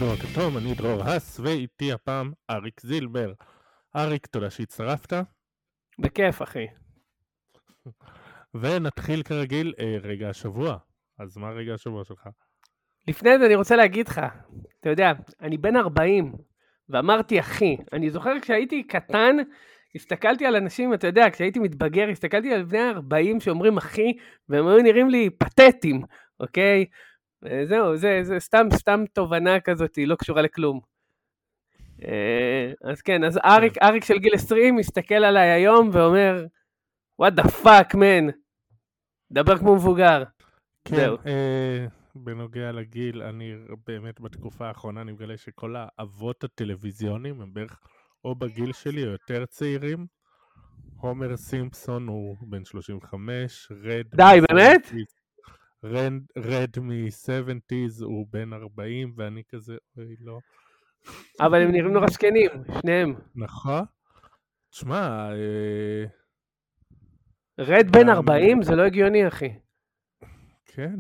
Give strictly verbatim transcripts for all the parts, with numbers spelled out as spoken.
דרור הכתום, אני דרור הס, ואיתי הפעם אריק זילבר. אריק, תודה שהצטרפת. בכיף, אחי. ונתחיל כרגיל אה, רגע השבוע. אז מה רגע השבוע שלך? לפני זה אני רוצה להגיד לך, אתה יודע, אני בן ארבעים, ואמרתי אחי, אני זוכר כשהייתי קטן, הסתכלתי על אנשים, אתה יודע, כשהייתי מתבגר, הסתכלתי על בני ארבעים שאומרים אחי, והם היו נראים לי פתטיים, אוקיי? זהו, זה, זה סתם, סתם תובנה כזאת, היא לא קשורה לכלום. אז כן, אז אריק, אריק של גיל עשרים מסתכל עליי היום ואומר, what the fuck, man? דבר כמו מבוגר. כן, זהו. אה, בנוגע לגיל, אני באמת בתקופה האחרונה, אני מגלה שכל האבות הטלוויזיונים הם בערך או בגיל שלי או יותר צעירים. הומר סימפסון הוא בן שלושים וחמש, רד די, באמת? רד, רד מ-שבעים הוא בן ארבעים, ואני כזה, אוי לא. אבל הם נראים נורא זקנים, שניהם. נכון. תשמע, אה... רד בן ארבעים? זה לא הגיוני, אחי. כן.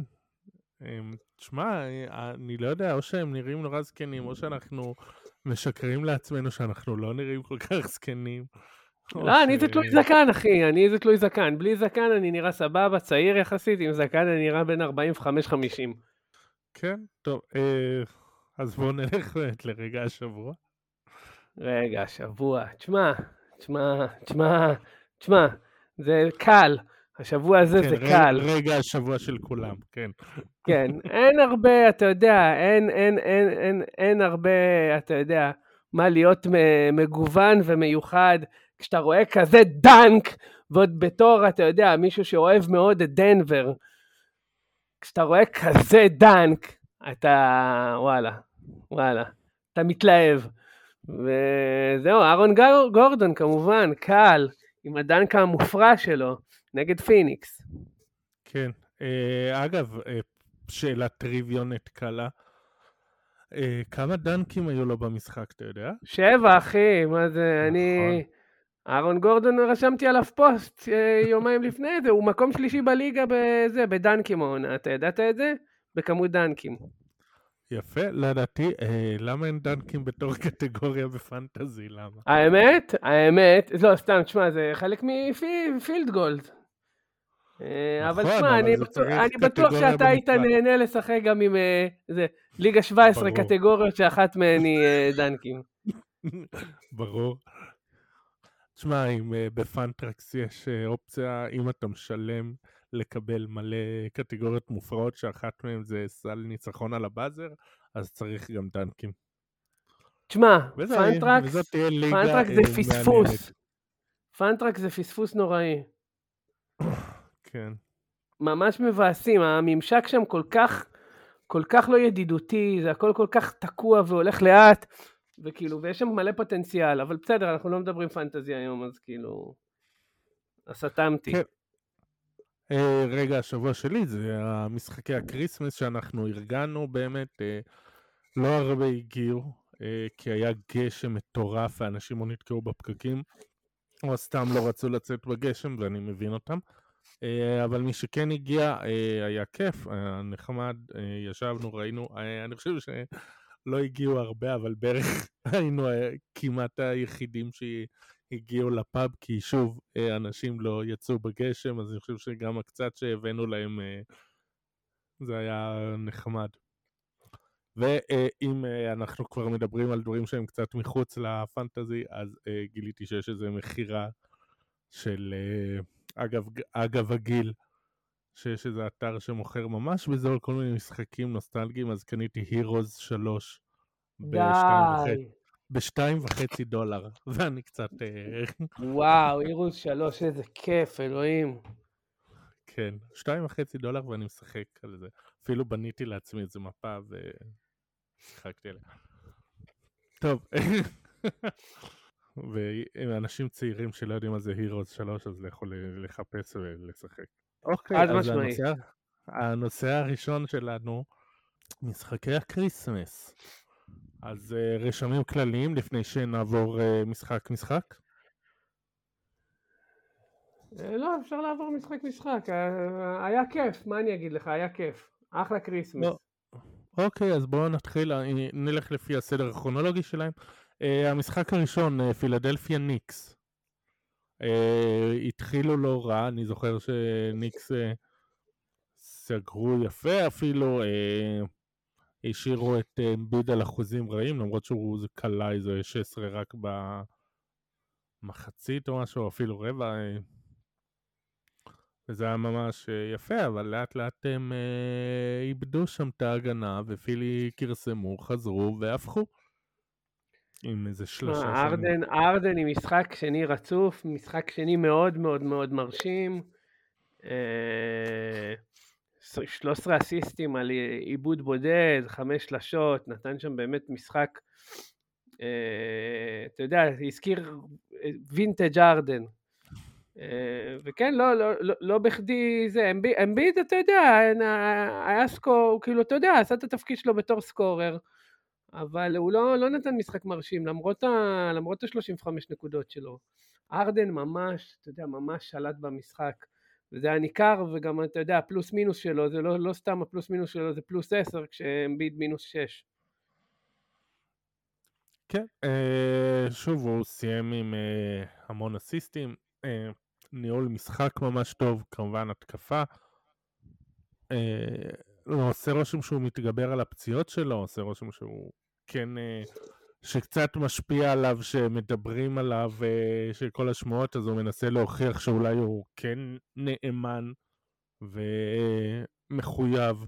תשמע, אני לא יודע, או שהם נראים נורא זקנים, או שאנחנו משקרים לעצמנו שאנחנו לא נראים כל כך זקנים. לא, אני זה תלוי זקן, אחי, אני זה תלוי זקן. בלי זקן אני נראה סבבה, צעיר יחסית, עם זקן אני נראה בין ארבעים וחמש חמישים. כן, טוב, אז בואו נלך לרגע השבוע. רגע, השבוע, תשמע, תשמע, תשמע, תשמע, זה קל. השבוע הזה זה קל. רגע השבוע של כולם, כן. כן, אין הרבה, אתה יודע, אין, אין, אין, אין, אין הרבה, אתה יודע, מה להיות מגוון ומיוחד, כשאתה רואה כזה דנק, ועוד בתור, אתה יודע, מישהו שאוהב מאוד את דנבר, כשאתה רואה כזה דנק, אתה, וואלה, וואלה, אתה מתלהב. וזהו, אהרון גורדון כמובן, קל, עם הדנק המופרע שלו, נגד פיניקס. כן, אגב, שאלת טריוויונת קלה, כמה דנקים היו לו במשחק, אתה יודע? שבע, אחי, מה זה, אני... אהרון גורדון, רשמתי עליו פוסט יומיים לפני זה, הוא מקום שלישי בליגה בזה, בדנקים העונה, אתה ידעת את זה? בכמות דנקים. יפה, לדעתי, אה, למה אין דנקים בתור קטגוריה בפנטזי, למה? האמת, האמת, לא, סתם, תשמע, זה חלק מפילד גולד. אבל תשמע, אני, אני בטוח שאתה היית נהנה לשחק גם עם זה, ליגה שבע עשרה ברור. קטגוריות שאחת מהן היא דנקים. ברור. תשמע, אם בפנטרקס יש אופציה, אם אתה משלם לקבל מלא קטגוריות מופרעות, שאחת מהן זה סל ניצחון על הבאזר, אז צריך גם דנקים. תשמע, פנטרקס, פנטרקס זה פספוס. פנטרקס זה פספוס נוראי. כן. ממש מבאסים, הממשק שם כל כך, כל כך לא ידידותי, זה הכל כל כך תקוע והולך לאט, וכאילו, ויש שם מלא פוטנציאל, אבל בסדר, אנחנו לא מדברים פנטזי היום, אז כאילו, הסתמתי. כן. רגע, השבוע שלי זה המשחקי הקריסמס שאנחנו ארגנו באמת, לא הרבה הגיעו, כי היה גשם מטורף ואנשים או נתקעו בפקקים, או סתם לא רצו לצאת בגשם, ואני מבין אותם. אבל מי שכן הגיע היה כיף, נחמד, ישבנו, ראינו, אני חושב שלא הגיעו הרבה, אבל בערך היינו כמעט היחידים שהגיעו לפאב, כי שוב אנשים לא יצאו בגשם, אז אני חושב שגם הקצת שהבאנו להם זה היה נחמד. ואם אנחנו כבר מדברים על דברים שהם קצת מחוץ לפנטזי, אז גיליתי שיש איזו מחירה של... אגב, אגב הגיל, שיש איזה אתר שמוכר ממש בזול כל מיני משחקים נוסטלגיים, אז קניתי הירוז שלוש בשתיים וחצי דולר, ואני קצת... וואו, הירוז שלוש, איזה כיף, אלוהים. כן, שתיים וחצי דולר ואני משחק על זה. אפילו בניתי לעצמי איזה מפה ושיחקתי עליה. טוב. ואנשים צעירים שלא יודעים מה זה הירוז שלוש, אז לכו לחפש ולשחק. אוקיי, אז הנושא, הנושא הראשון שלנו, משחקי הקריסמס. אז רשמים כלליים לפני שנעבור משחק משחק? לא, אפשר לעבור משחק משחק. היה כיף, מה אני אגיד לך? היה כיף. אחלה קריסמס. אוקיי, אז בואו נתחיל, אה, נלך לפי הסדר הכרונולוגי שלהם. אה, המשחק הראשון, אה, פילדלפיה ניקס. אה, התחילו לא רע, אני זוכר שניקס אה, סגרו יפה אפילו, אה, השאירו את אה, אמביד על אחוזים רעים, למרות שהוא זה קלה איזה שש עשרה רק במחצית או משהו, אפילו רבע, אה, וזה היה ממש אה, יפה, אבל לאט לאט הם אה, איבדו שם את ההגנה, ופילי קרסמו, חזרו והפכו עם איזה שלושה תשמע, שם. ארדן, ארדן עם משחק שני רצוף, משחק שני מאוד מאוד מאוד מרשים. אה, שלושה עשר אסיסטים על עיבוד בודד, חמש שלשות, נתן שם באמת משחק, אה, אתה יודע, הזכיר וינטג' ארדן. אה, וכן, לא, לא, לא, לא בכדי זה, אמביד, אמביד, אתה יודע, היה סקור, כאילו, אתה יודע, עשה את התפקיד שלו בתור סקורר, אבל הוא לא, לא נתן משחק מרשים, למרות ה, למרות ה-שלושים וחמש נקודות שלו. ארדן ממש, אתה יודע, ממש שלט במשחק, וזה היה ניכר, וגם, אתה יודע, הפלוס מינוס שלו, זה לא, לא סתם הפלוס מינוס שלו, זה פלוס עשר, כשאמביד מינוס שש. כן, אה, שוב הוא סיים עם אה, המון אסיסטים, אה, ניהול משחק ממש טוב, כמובן התקפה, אה, לא, עושה רושם שהוא מתגבר על הפציעות שלו, עושה רושם שהוא כן, אה, שקצת משפיע עליו, שמדברים עליו, אה, של כל השמועות, אז הוא מנסה להוכיח שאולי הוא כן נאמן ומחויב,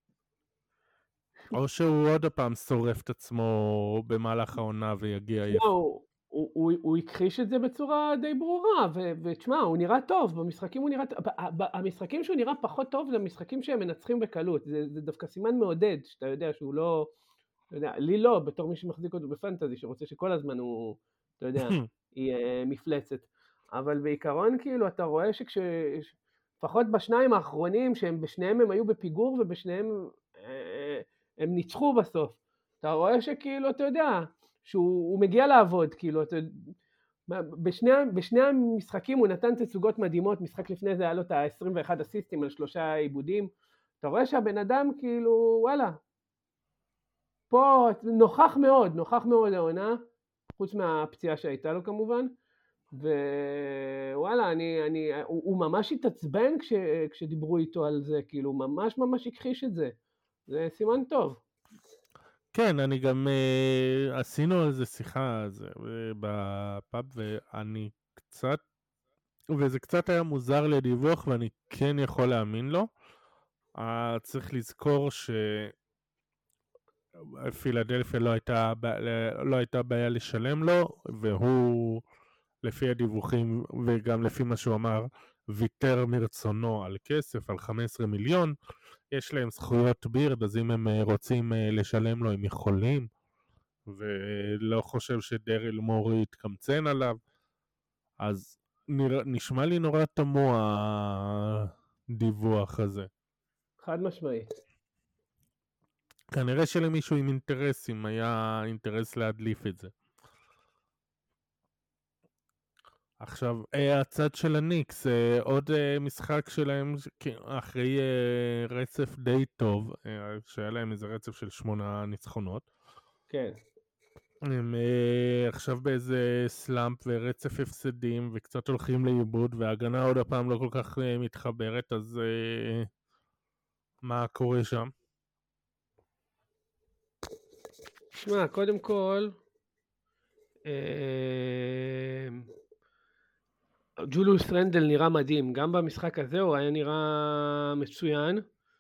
או שהוא עוד הפעם שורף את עצמו במהלך העונה ויגיע עייף. הוא, הוא, הוא, הוא הכחיש את זה בצורה די ברורה, ו- ותשמע, הוא נראה טוב, במשחקים הוא נראה טוב, ב- ב- המשחקים שהוא נראה פחות טוב, זה המשחקים שהם מנצחים בקלות, זה, זה דווקא סימן מעודד, שאתה יודע שהוא לא, אתה יודע, לי לא, בתור מי שמחזיק אותו בפנטזי, שרוצה שכל הזמן הוא, אתה יודע, יהיה מפלצת, אבל בעיקרון כאילו אתה רואה שכש... לפחות בשניים האחרונים, שהם בשניהם הם היו בפיגור, ובשניהם אה, הם ניצחו בסוף, אתה רואה שכאילו, אתה יודע, שהוא מגיע לעבוד, כאילו, אתה, בשני, בשני המשחקים הוא נתן תצוגות מדהימות, משחק לפני זה היה לו את ה-עשרים ואחד אסיסטים על שלושה עיבודים, אתה רואה שהבן אדם כאילו, וואלה, פה נוכח מאוד, נוכח מאוד העונה, חוץ מהפציעה שהייתה לו כמובן, ווואלה, אני, אני, הוא, הוא ממש התעצבן כש, כשדיברו איתו על זה, כאילו, ממש ממש הכחיש את זה, זה סימן טוב. כן, אני גם, uh, עשינו על זה שיחה אז, uh, בפאב, ואני קצת, וזה קצת היה מוזר לדיווח, ואני כן יכול להאמין לו. Uh, צריך לזכור שפילדלפיה לא הייתה, לא הייתה בעיה לשלם לו, והוא, לפי הדיווחים, וגם לפי מה שהוא אמר, ויתר מרצונו על כסף, על חמישה עשר מיליון. יש להם זכויות בירד, אז אם הם רוצים לשלם לו, הם יכולים. ולא חושב שדריל מורי יתקמצן עליו, אז נרא, נשמע לי נורא תמוה הדיווח הזה. חד משמעית. כנראה שלמישהו עם אינטרסים היה אינטרס להדליף את זה. עכשיו, הצד של הניקס, עוד משחק שלהם אחרי רצף די טוב, שהיה להם איזה רצף של שמונה ניצחונות. כן. הם uh, עכשיו באיזה סלאמפ ורצף הפסדים וקצת הולכים לאיבוד, וההגנה עוד הפעם לא כל כך uh, מתחברת, אז uh, מה קורה שם? שמע, קודם כל, ג'וליוס רנדל נראה מדהים, גם במשחק הזה הוא היה נראה מצוין,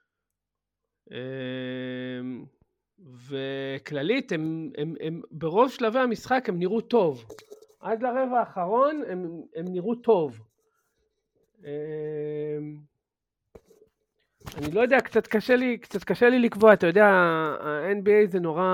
וכללית הם, הם, הם, ברוב שלבי המשחק הם נראו טוב, עד לרבע האחרון הם, הם נראו טוב. אני לא יודע, קצת קשה לי, קצת קשה לי לקבוע, אתה יודע, ה-אן בי איי זה נורא,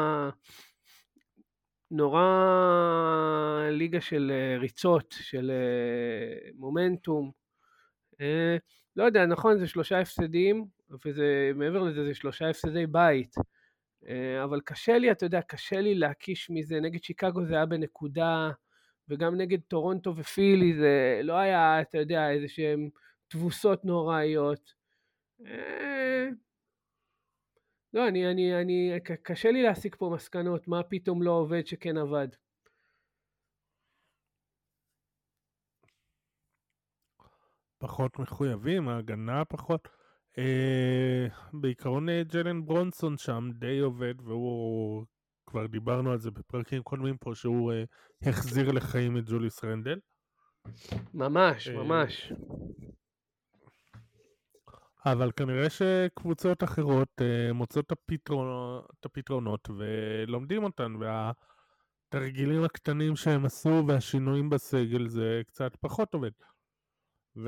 נורא ליגה של ריצות, של מומנטום, לא יודע, נכון, זה שלושה הפסדים, וזה, מעבר לזה זה שלושה הפסדי בית, אבל קשה לי, אתה יודע, קשה לי להקיש מזה, נגד שיקגו זה היה בנקודה, וגם נגד טורונטו ופילי זה לא היה, אתה יודע, איזה שהם תבוסות נוראיות, לא, אני, אני, אני, קשה לי להסיק פה מסקנות, מה פתאום לא עובד שכן עבד. פחות מחויבים, ההגנה פחות. אה, בעיקרון ג'לן ברונסון שם די עובד, והוא, כבר דיברנו על זה בפרקים קודמים פה, שהוא אה, החזיר לחיים את ג'וליוס רנדל. ממש, אה, ממש. אבל כנראה שקבוצות אחרות אה, מוצאות את הפתרונות, את הפתרונות ולומדים אותן, והתרגילים הקטנים שהם עשו והשינויים בסגל זה קצת פחות עובד. ו...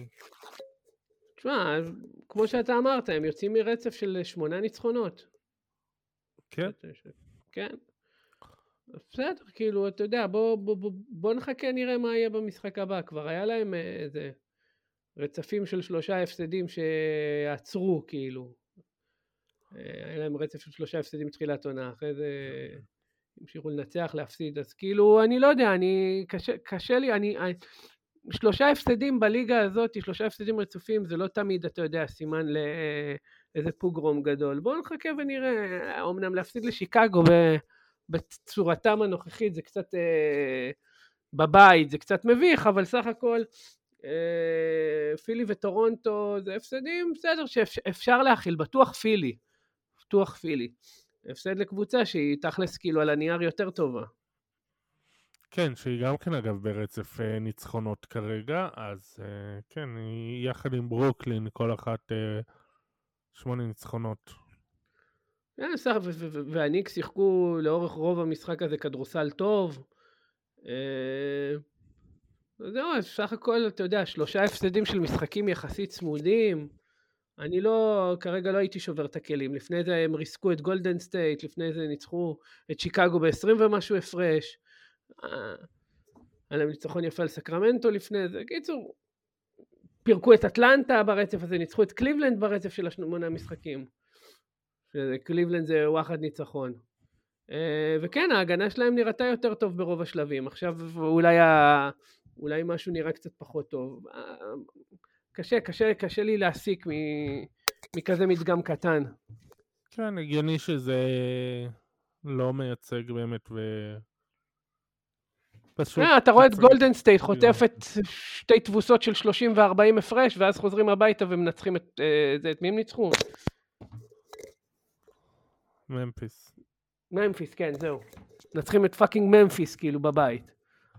תשמע, כמו שאתה אמרת, הם יוצאים מרצף של שמונה ניצחונות. כן. כן. בסדר, כאילו, אתה יודע, בוא, בוא, בוא, בוא נחכה נראה מה יהיה במשחק הבא. כבר היה להם איזה רצפים של שלושה הפסדים שעצרו, כאילו. היה להם רצף של שלושה הפסדים בתחילת עונה, אחרי זה המשיכו לנצח, להפסיד, אז כאילו, אני לא יודע, אני, קשה, קשה לי, אני, אני שלושה הפסדים בליגה הזאת, שלושה הפסדים רצופים, זה לא תמיד, אתה יודע, סימן לאיזה פוגרום גדול. בואו נחכה ונראה, אמנם להפסיד לשיקגו בצורתם הנוכחית, זה קצת אה, בבית, זה קצת מביך, אבל סך הכל, אה, פילי וטורונטו זה הפסדים, בסדר, שאפשר להכיל, בטוח פילי, בטוח פילי. הפסד לקבוצה שהיא תכלס כאילו על הנייר יותר טובה. כן, שהיא גם כן אגב ברצף אה, ניצחונות כרגע, אז אה, כן, היא יחד עם ברוקלין, כל אחת אה, שמונה ניצחונות. כן, סך, והניקס שיחקו לאורך רוב המשחק הזה כדורסל טוב. אה, זהו, אז סך הכל, אתה יודע, שלושה הפסדים של משחקים יחסית צמודים. אני לא, כרגע לא הייתי שובר את הכלים. לפני זה הם ריסקו את גולדן סטייט, לפני זה ניצחו את שיקגו ב-עשרים ומשהו הפרש. היה להם ניצחון יפה על סקרמנטו לפני זה. קיצור, פירקו את אטלנטה ברצף הזה, ניצחו את קליבלנד ברצף של השמונה המשחקים. קליבלנד זה וואחד ניצחון. וכן, ההגנה שלהם נראתה יותר טוב ברוב השלבים. עכשיו אולי, ה... אולי משהו נראה קצת פחות טוב. קשה, קשה, קשה לי להסיק מ... מכזה מדגם קטן. כן, הגיוני שזה לא מייצג באמת ו... פשוט... אתה רואה את גולדן סטייט חוטפת שתי תבוסות של שלושים ו-ארבעים הפרש, ואז חוזרים הביתה ומנצחים את זה. את מי הם ניצחו? ממפיס. ממפיס, כן, זהו. נצחים את פאקינג ממפיס, כאילו, בבית.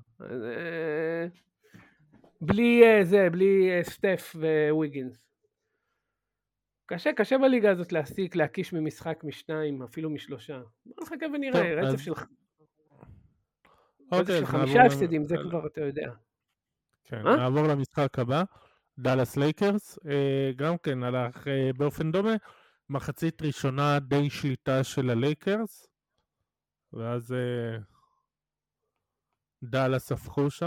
בלי זה, בלי סטף וויגינס. קשה, קשה בליגה הזאת להסיק, להקיש ממשחק משניים, אפילו משלושה. בוא נחכה ונראה, רצף של... רצף של חמישה הפסדים, זה כבר אתה יודע. כן, נעבור למשחק הבא. דאלאס לייקרס, גם כן הלך באופן דומה. מחצית ראשונה די שליטה של הלייקרס, ואז דאלאס הפכו שם.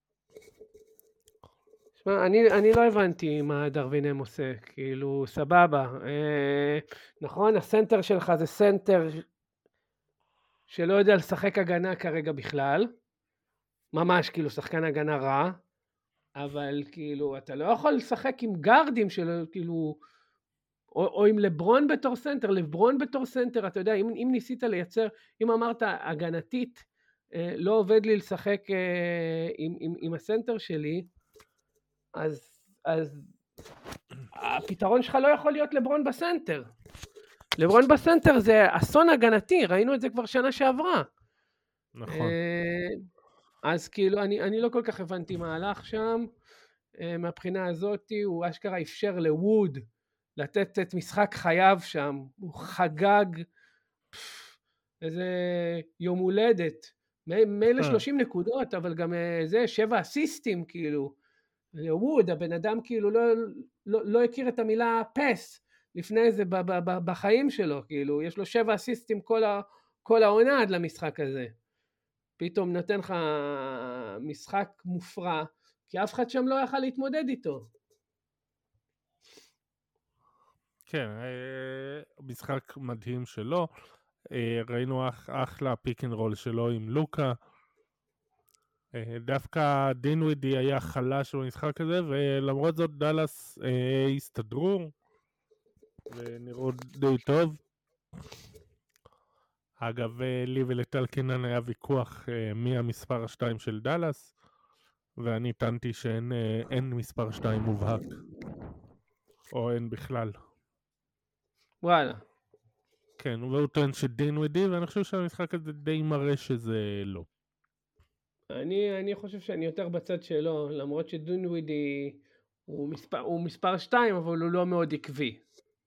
שמע, אני, אני לא הבנתי מה דרווינם עושה, כאילו סבבה, אה, נכון, הסנטר שלך זה סנטר שלא יודע לשחק הגנה כרגע בכלל, ממש כאילו שחקן הגנה רע, אבל כאילו אתה לא יכול לשחק עם גארדים שלו, כאילו, או, או עם לברון בתור סנטר, לברון בתור סנטר, אתה יודע, אם, אם ניסית לייצר, אם אמרת הגנתית, אה, לא עובד לי לשחק אה, עם, עם, עם הסנטר שלי, אז, אז הפתרון שלך לא יכול להיות לברון בסנטר. לברון בסנטר זה אסון הגנתי, ראינו את זה כבר שנה שעברה. נכון. אז כאילו, אני, אני לא כל כך הבנתי מה הלך שם, מהבחינה הזאת, הוא אשכרה אפשר לווד, לתת את משחק חייו שם, הוא חגג איזה יום הולדת, מילא שלושים נקודות, אבל גם זה שבע אסיסטים כאילו, ווד, הבן אדם כאילו לא, לא, לא הכיר את המילה פס לפני זה ב, ב, ב, בחיים שלו, כאילו יש לו שבע אסיסטים כל, ה, כל העונה עד למשחק הזה, פתאום נותן לך משחק מופרע, כי אף אחד שם לא יכל להתמודד איתו. כן, משחק מדהים שלו, ראינו אחלה פיק אנד רול שלו עם לוקה, דווקא דינווידי היה חלש במשחק הזה, ולמרות זאת דאלאס הסתדרו ונראו די טוב. אגב, אה, לי ולטל קינן היה ויכוח אה, מי המספר השתיים של דלס, ואני טענתי שאין אה, אין מספר שתיים מובהק, או אין בכלל. וואלה. כן, והוא טוען שדין ודי, ואני חושב שהמשחק הזה די מראה שזה לא. אני, אני חושב שאני יותר בצד שלו, למרות שדונווידי הוא מספר, הוא מספר שתיים, אבל הוא לא מאוד עקבי.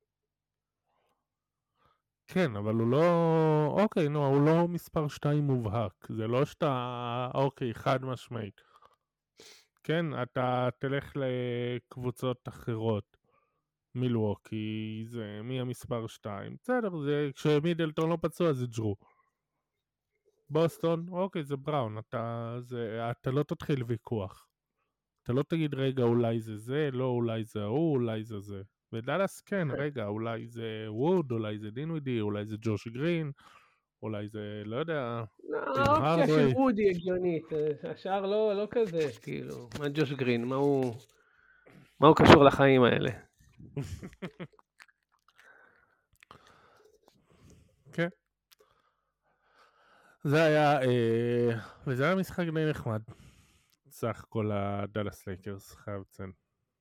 כן, אבל הוא לא... אוקיי, נו, הוא לא מספר שתיים מובהק. זה לא שאתה... אוקיי, חד משמעית. כן, אתה תלך לקבוצות אחרות. מילווקי, זה מי המספר שתיים. בסדר, זה כשמידלטון לא פצוע זה ג'רו. בוסטון, אוקיי, זה בראון. אתה, זה, אתה לא תתחיל ויכוח. אתה לא תגיד, רגע, אולי זה זה, לא, אולי זה ההוא, אולי זה זה. ודלס, כן, רגע, אולי זה ווד, אולי זה דינווידי, אולי זה ג'וש גרין, אולי זה, לא יודע, טים האופציה של הרדווי. וודי הגיונית, השאר לא, לא כזה, כאילו, מה ג'וש גרין, מה הוא, מה הוא קשור לחיים האלה? כן. זה היה, אה, וזה היה משחק די נחמד. סך כל הדלס לייקרס, חייב לציין.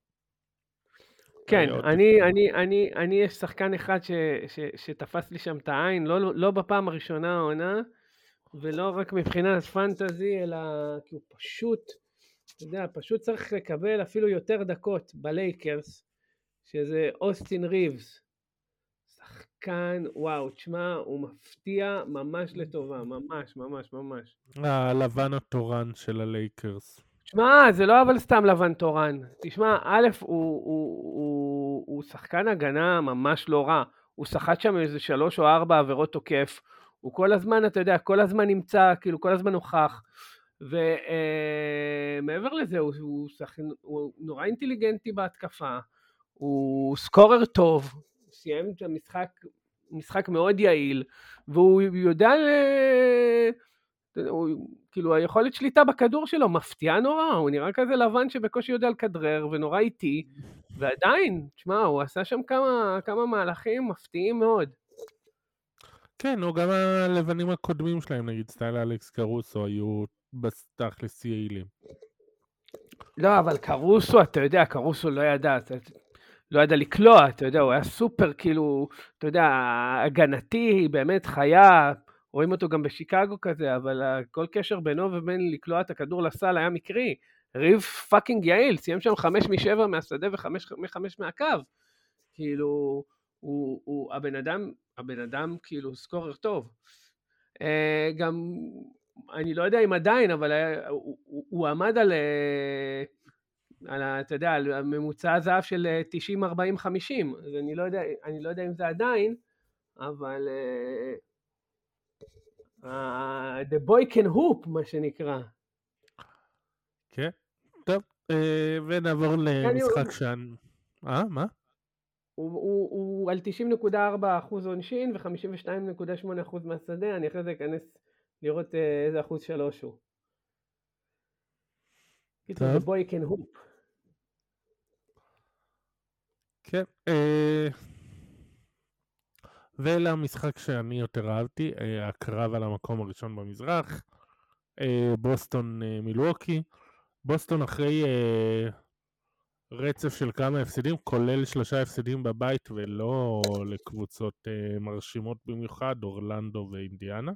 כן, אני, אני, אני, אני, יש שחקן אחד ש, ש, שתפס לי שם את העין, לא, לא בפעם הראשונה העונה, ולא רק מבחינת פנטזי, אלא כי הוא פשוט, אתה יודע, פשוט צריך לקבל אפילו יותר דקות בלייקרס, שזה אוסטין ריבס. שחקן, וואו, תשמע, הוא מפתיע ממש לטובה, ממש, ממש, ממש. הלבן התורן של הלייקרס. תשמע, זה לא אבל סתם לבן תורן. תשמע, א', הוא, הוא, הוא, הוא שחקן הגנה ממש לא רע. הוא שחט שם איזה שלוש או ארבע עבירות תוקף. הוא כל הזמן, אתה יודע, כל הזמן נמצא, כאילו כל הזמן נוכח. ומעבר לזה, הוא, הוא, שחקן, הוא נורא אינטליגנטי בהתקפה. הוא סקורר טוב. הוא סיים את המשחק, משחק מאוד יעיל. והוא יודע... הוא, כאילו היכולת שליטה בכדור שלו מפתיעה נורא, הוא נראה כזה לבן שבקושי יודע לכדרר ונורא איטי, ועדיין, תשמע, הוא עשה שם כמה, כמה מהלכים מפתיעים מאוד. כן, או גם הלבנים הקודמים שלהם, נגיד סטייל אלכס קרוסו, היו בתכלס יעילים. לא, אבל קרוסו, אתה יודע, קרוסו לא ידע, לא ידע לקלוע, אתה יודע, הוא היה סופר, כאילו, אתה יודע, הגנתי, באמת חיה, רואים אותו גם בשיקגו כזה, אבל כל קשר בינו ובין לקלוע את הכדור לסל היה מקרי. ריב פאקינג יעיל, סיים שם חמש משבע מהשדה וחמש מחמש מהקו. כאילו, הוא, הוא, הבן אדם, הבן אדם כאילו סקורר טוב. Uh, גם, אני לא יודע אם עדיין, אבל היה, הוא, הוא, הוא עמד על, על, אתה יודע, על ממוצע הזהב של תשעים ארבעים חמישים, אז אני לא יודע, אני לא יודע אם זה עדיין, אבל uh, uh, the boy can hoop, מה שנקרא. כן, טוב, uh, ונעבור למשחק שאני... אה, מה? הוא, הוא, הוא על תשעים נקודה ארבע אחוז עונשין ו-חמישים ושתיים נקודה שמונה אחוז מהשדה, אני אחרי זה אכנס לראות איזה אחוז שלוש הוא. קיצור, the boy can hoop. כן, ולמשחק שאני יותר אהבתי, הקרב על המקום הראשון במזרח, בוסטון מילווקי. בוסטון אחרי רצף של כמה הפסדים, כולל שלושה הפסדים בבית ולא לקבוצות מרשימות במיוחד, אורלנדו ואינדיאנה.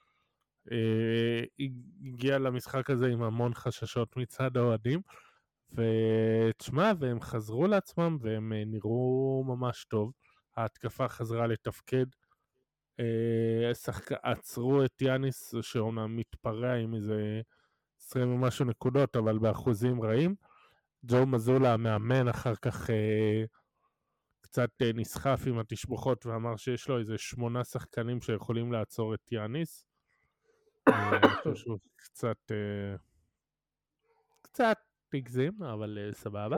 הגיע למשחק הזה עם המון חששות מצד האוהדים, ותשמע, והם חזרו לעצמם והם נראו ממש טוב. ההתקפה חזרה לתפקד, שחק... עצרו את יאניס שאומנם מתפרע עם איזה עשרים ומשהו נקודות, אבל באחוזים רעים. ג'ו מזולה המאמן אחר כך אה, קצת אה, נסחף עם התשבוכות ואמר שיש לו איזה שמונה שחקנים שיכולים לעצור את יאניס. אני חושב שהוא קצת אה, קצת תגזים, אבל אה, סבבה.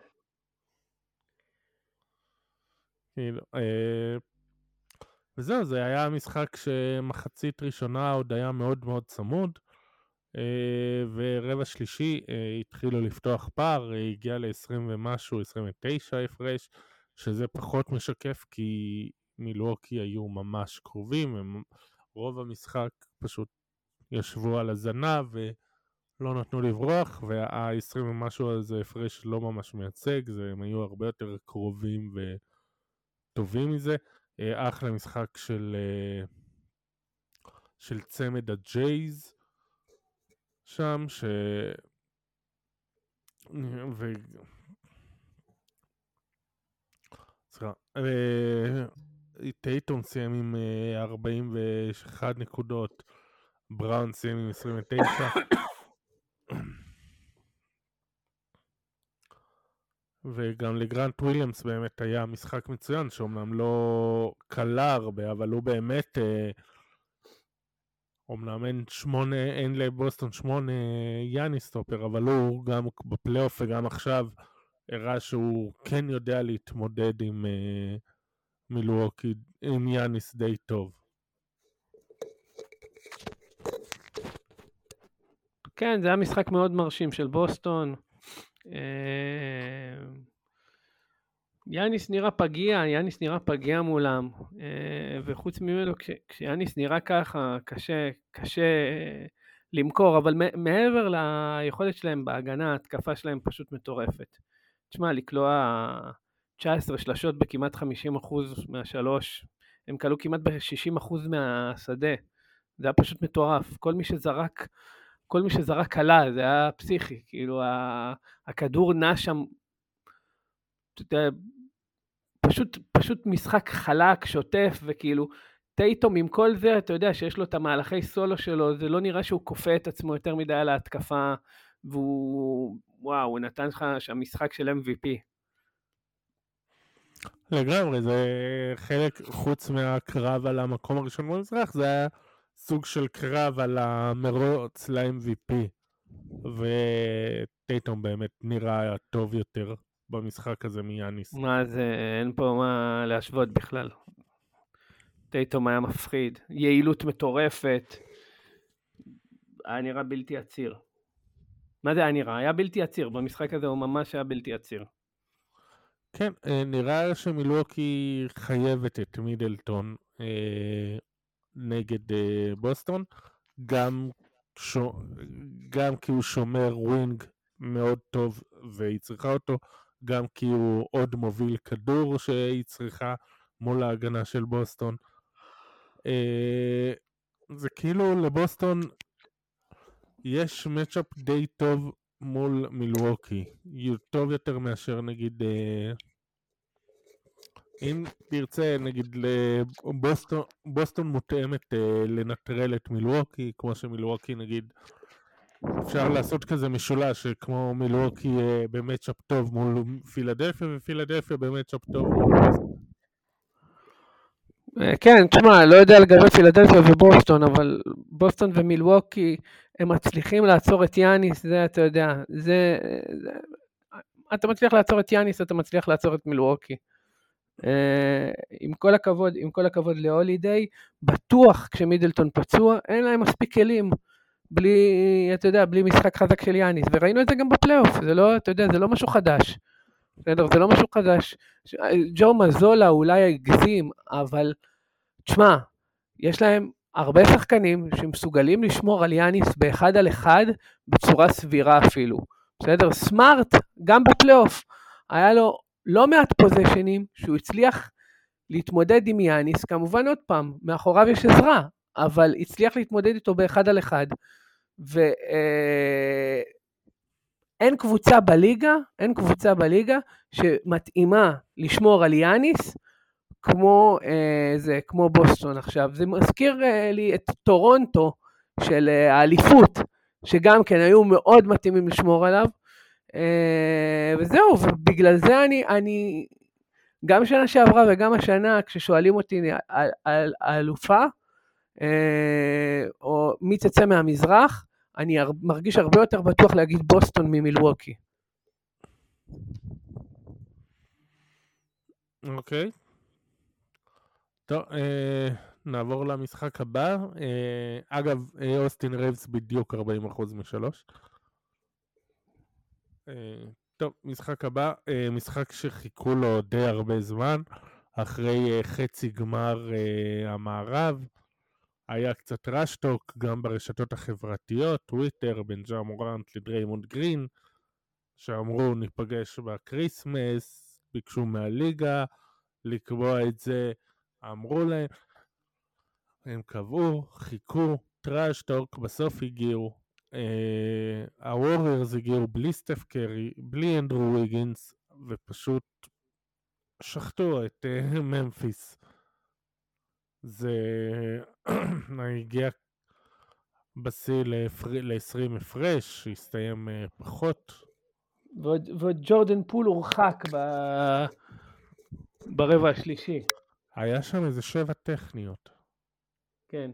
כאילו, אה, וזהו, זה היה משחק שמחצית ראשונה עוד היה מאוד מאוד צמוד, ורבע שלישי התחילו לפתוח פער, הגיע ל-עשרים ומשהו, עשרים ותשע הפרש, שזה פחות משקף, כי מילווקי היו ממש קרובים, הם, רוב המשחק פשוט ישבו על הזנב ולא נתנו לברוח, וה-עשרים ומשהו הזה הפרש לא ממש מייצג, זה, הם היו הרבה יותר קרובים וטובים מזה. אחלה משחק של, של צמד הג'ייז שם, ש... ו... סליחה, טייטום סיים עם ארבעים ואחת נקודות, בראון סיים עם עשרים ותשע, וגם לגרנט וויליאמס באמת היה משחק מצוין, שאומנם לא קלה הרבה, אבל הוא באמת, אומנם אין שמונה, אין לבוסטון שמונה יאני סטופר, אבל הוא גם בפלייאוף וגם עכשיו הראה שהוא כן יודע להתמודד עם מילווקי, עם יאניס די טוב. כן, זה היה משחק מאוד מרשים של בוסטון. יאניס נראה פגיע, יאניס נראה פגיע מולם, וחוץ ממנו, כשיאניס נראה ככה, קשה, קשה למכור, אבל מעבר ליכולת שלהם בהגנה, ההתקפה שלהם פשוט מטורפת. תשמע, לקלוע תשע עשרה שלשות בכמעט חמישים אחוז מהשלוש, הם קלו כמעט ב-שישים אחוז מהשדה, זה היה פשוט מטורף, כל מי שזרק, כל מי שזרק קלה, זה היה פסיכי, כאילו הכדור נע שם, אתה יודע, פשוט, פשוט משחק חלק, שוטף, וכאילו, טייטום עם כל זה, אתה יודע שיש לו את המהלכי סולו שלו, זה לא נראה שהוא כופה את עצמו יותר מדי על ההתקפה, והוא, וואו, הוא נתן לך שם משחק של אם וי פי. לגמרי, זה חלק, חוץ מהקרב על המקום הראשון במזרח, זה היה סוג של קרב על המרוץ ל-אם וי פי, וטייטום באמת נראה טוב יותר במשחק הזה מיאניס. מה זה, אין פה מה להשוות בכלל. טייטום היה מפחיד, יעילות מטורפת, היה נראה בלתי עציר. מה זה היה נראה? היה בלתי עציר, במשחק הזה הוא ממש היה בלתי עציר. כן, נראה שמילווקי חייבת את מידלטון אה, נגד אה, בוסטון, גם, שו, גם כי הוא שומר ווינג מאוד טוב והיא צריכה אותו, גם כי הוא עוד מוביל כדור שהיא צריכה מול ההגנה של בוסטון. אה, זה כאילו לבוסטון יש מצ'אפ די טוב מול מילווקי, טוב יותר מאשר נגיד, אה, אם תרצה נגיד לבוסטון, בוסטון מותאמת אה, לנטרל את מילווקי, כמו שמילווקי נגיד, אפשר לעשות כזה משולש, כמו מילווקי אה, במצ'אפ טוב מול פילדלפיה, ופילדלפיה במצ'אפ טוב מול בוסטון. כן, תשמע, לא יודע לגבי פילדלפיה ובוסטון, אבל בוסטון ומילווקי, הם מצליחים לעצור את יאניס, זה אתה יודע, זה, זה אתה מצליח לעצור את יאניס, אתה מצליח לעצור את מילווקי. עם כל הכבוד, עם כל הכבוד להולידיי, בטוח כשמידלטון פצוע, אין להם מספיק כלים, בלי, אתה יודע, בלי משחק חזק של יאניס, וראינו את זה גם בפלייאוף, זה לא, אתה יודע, זה לא משהו חדש, זה לא משהו חדש, ג'ו מזולה אולי הגזים, אבל תשמע, יש להם הרבה שחקנים שמסוגלים לשמור על יאניס באחד על אחד בצורה סבירה אפילו. בסדר? סמארט, גם בפלייאוף, היה לו לא מעט פוזיישנים שהוא הצליח להתמודד עם יאניס, כמובן עוד פעם, מאחוריו יש עזרה, אבל הצליח להתמודד איתו באחד על אחד, ואין קבוצה בליגה, אין קבוצה בליגה שמתאימה לשמור על יאניס, כמו אה, זה, כמו בוסטון עכשיו. זה מזכיר אה, לי את טורונטו של אה, האליפות, שגם כן היו מאוד מתאימים לשמור עליו, אה, וזהו, ובגלל זה אני, אני, גם שנה שעברה וגם השנה, כששואלים אותי על, על האלופה, אה, או מי תצא מהמזרח, אני מרגיש הרבה יותר בטוח להגיד בוסטון ממילווקי. אוקיי. טוב, אה, נעבור למשחק הבא. אה, אגב, אוסטין ריבס בדיוק ארבעים אחוז משלוש. אה, טוב, משחק הבא, אה, משחק שחיכו לו די הרבה זמן. אחרי חצי גמר המערב. היה קצת רשטוק גם ברשתות החברתיות, טוויטר, בין ג'ה מורנט לדריימונד גרין, שאמרו ניפגש בקריסמס, ביקשו מהליגה לקבוע את זה, אמרו להם, הם קבעו, חיכו, טרשטוק, בסוף הגיעו, הווריירס הגיעו בלי סטף קרי, בלי אנדרו ויגינס, ופשוט שחטו את ממפיס. זה הגיע בשיא ל-עשרים הפרש, שהסתיים פחות. ועוד ג'ורדן פול הורחק ברבע השלישי. היה שם איזה שבע טכניות. כן.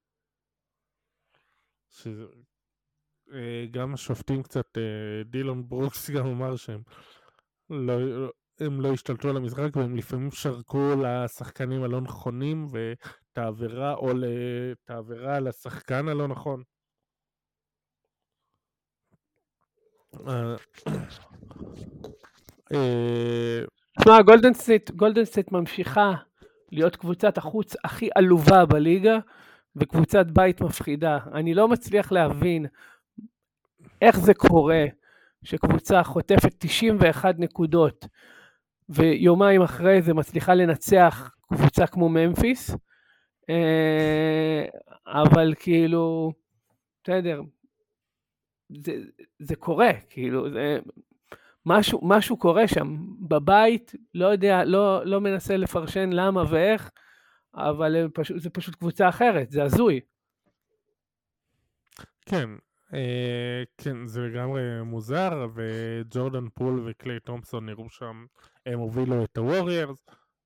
גם השופטים קצת, דילון ברוקס גם אמר שהם לא... הם לא השתלטו על המשחק, והם לפעמים שרקו לשחקנים הלא נכונים, ואת העבירה, או את העבירה לשחקן הלא נכון. תשמע, גולדן סטייט, גולדן סטייט ממשיכה להיות קבוצת החוץ הכי עלובה בליגה, וקבוצת בית מפחידה. אני לא מצליח להבין איך זה קורה, שקבוצה חוטפת תשעים ואחת נקודות, ויומיים אחרי זה מצליחה לנצח קבוצה כמו ממפיס, אבל כאילו, בסדר, זה, זה קורה, כאילו, זה, משהו, משהו קורה שם, בבית, לא יודע, לא, לא מנסה לפרשן למה ואיך, אבל פשוט, זה פשוט קבוצה אחרת, זה הזוי. כן, אה, כן, זה לגמרי מוזר, וג'ורדן פול וקליי תומפסון נראו שם, הם הובילו את הווריירס,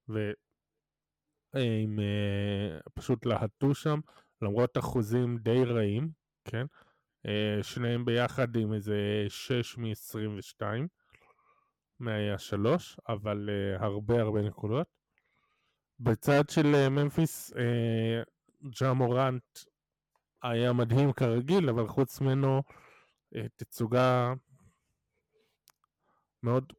והם אה, פשוט להטו שם, למרות אחוזים די רעים, כן? אה, שניהם ביחד עם איזה שש מ-עשרים ושתיים, מה-היה שלוש, אבל אה, הרבה הרבה נקודות. בצד של אה, ממפיס, אה, ג'ה מורנט היה מדהים כרגיל, אבל חוץ ממנו אה, תצוגה מאוד...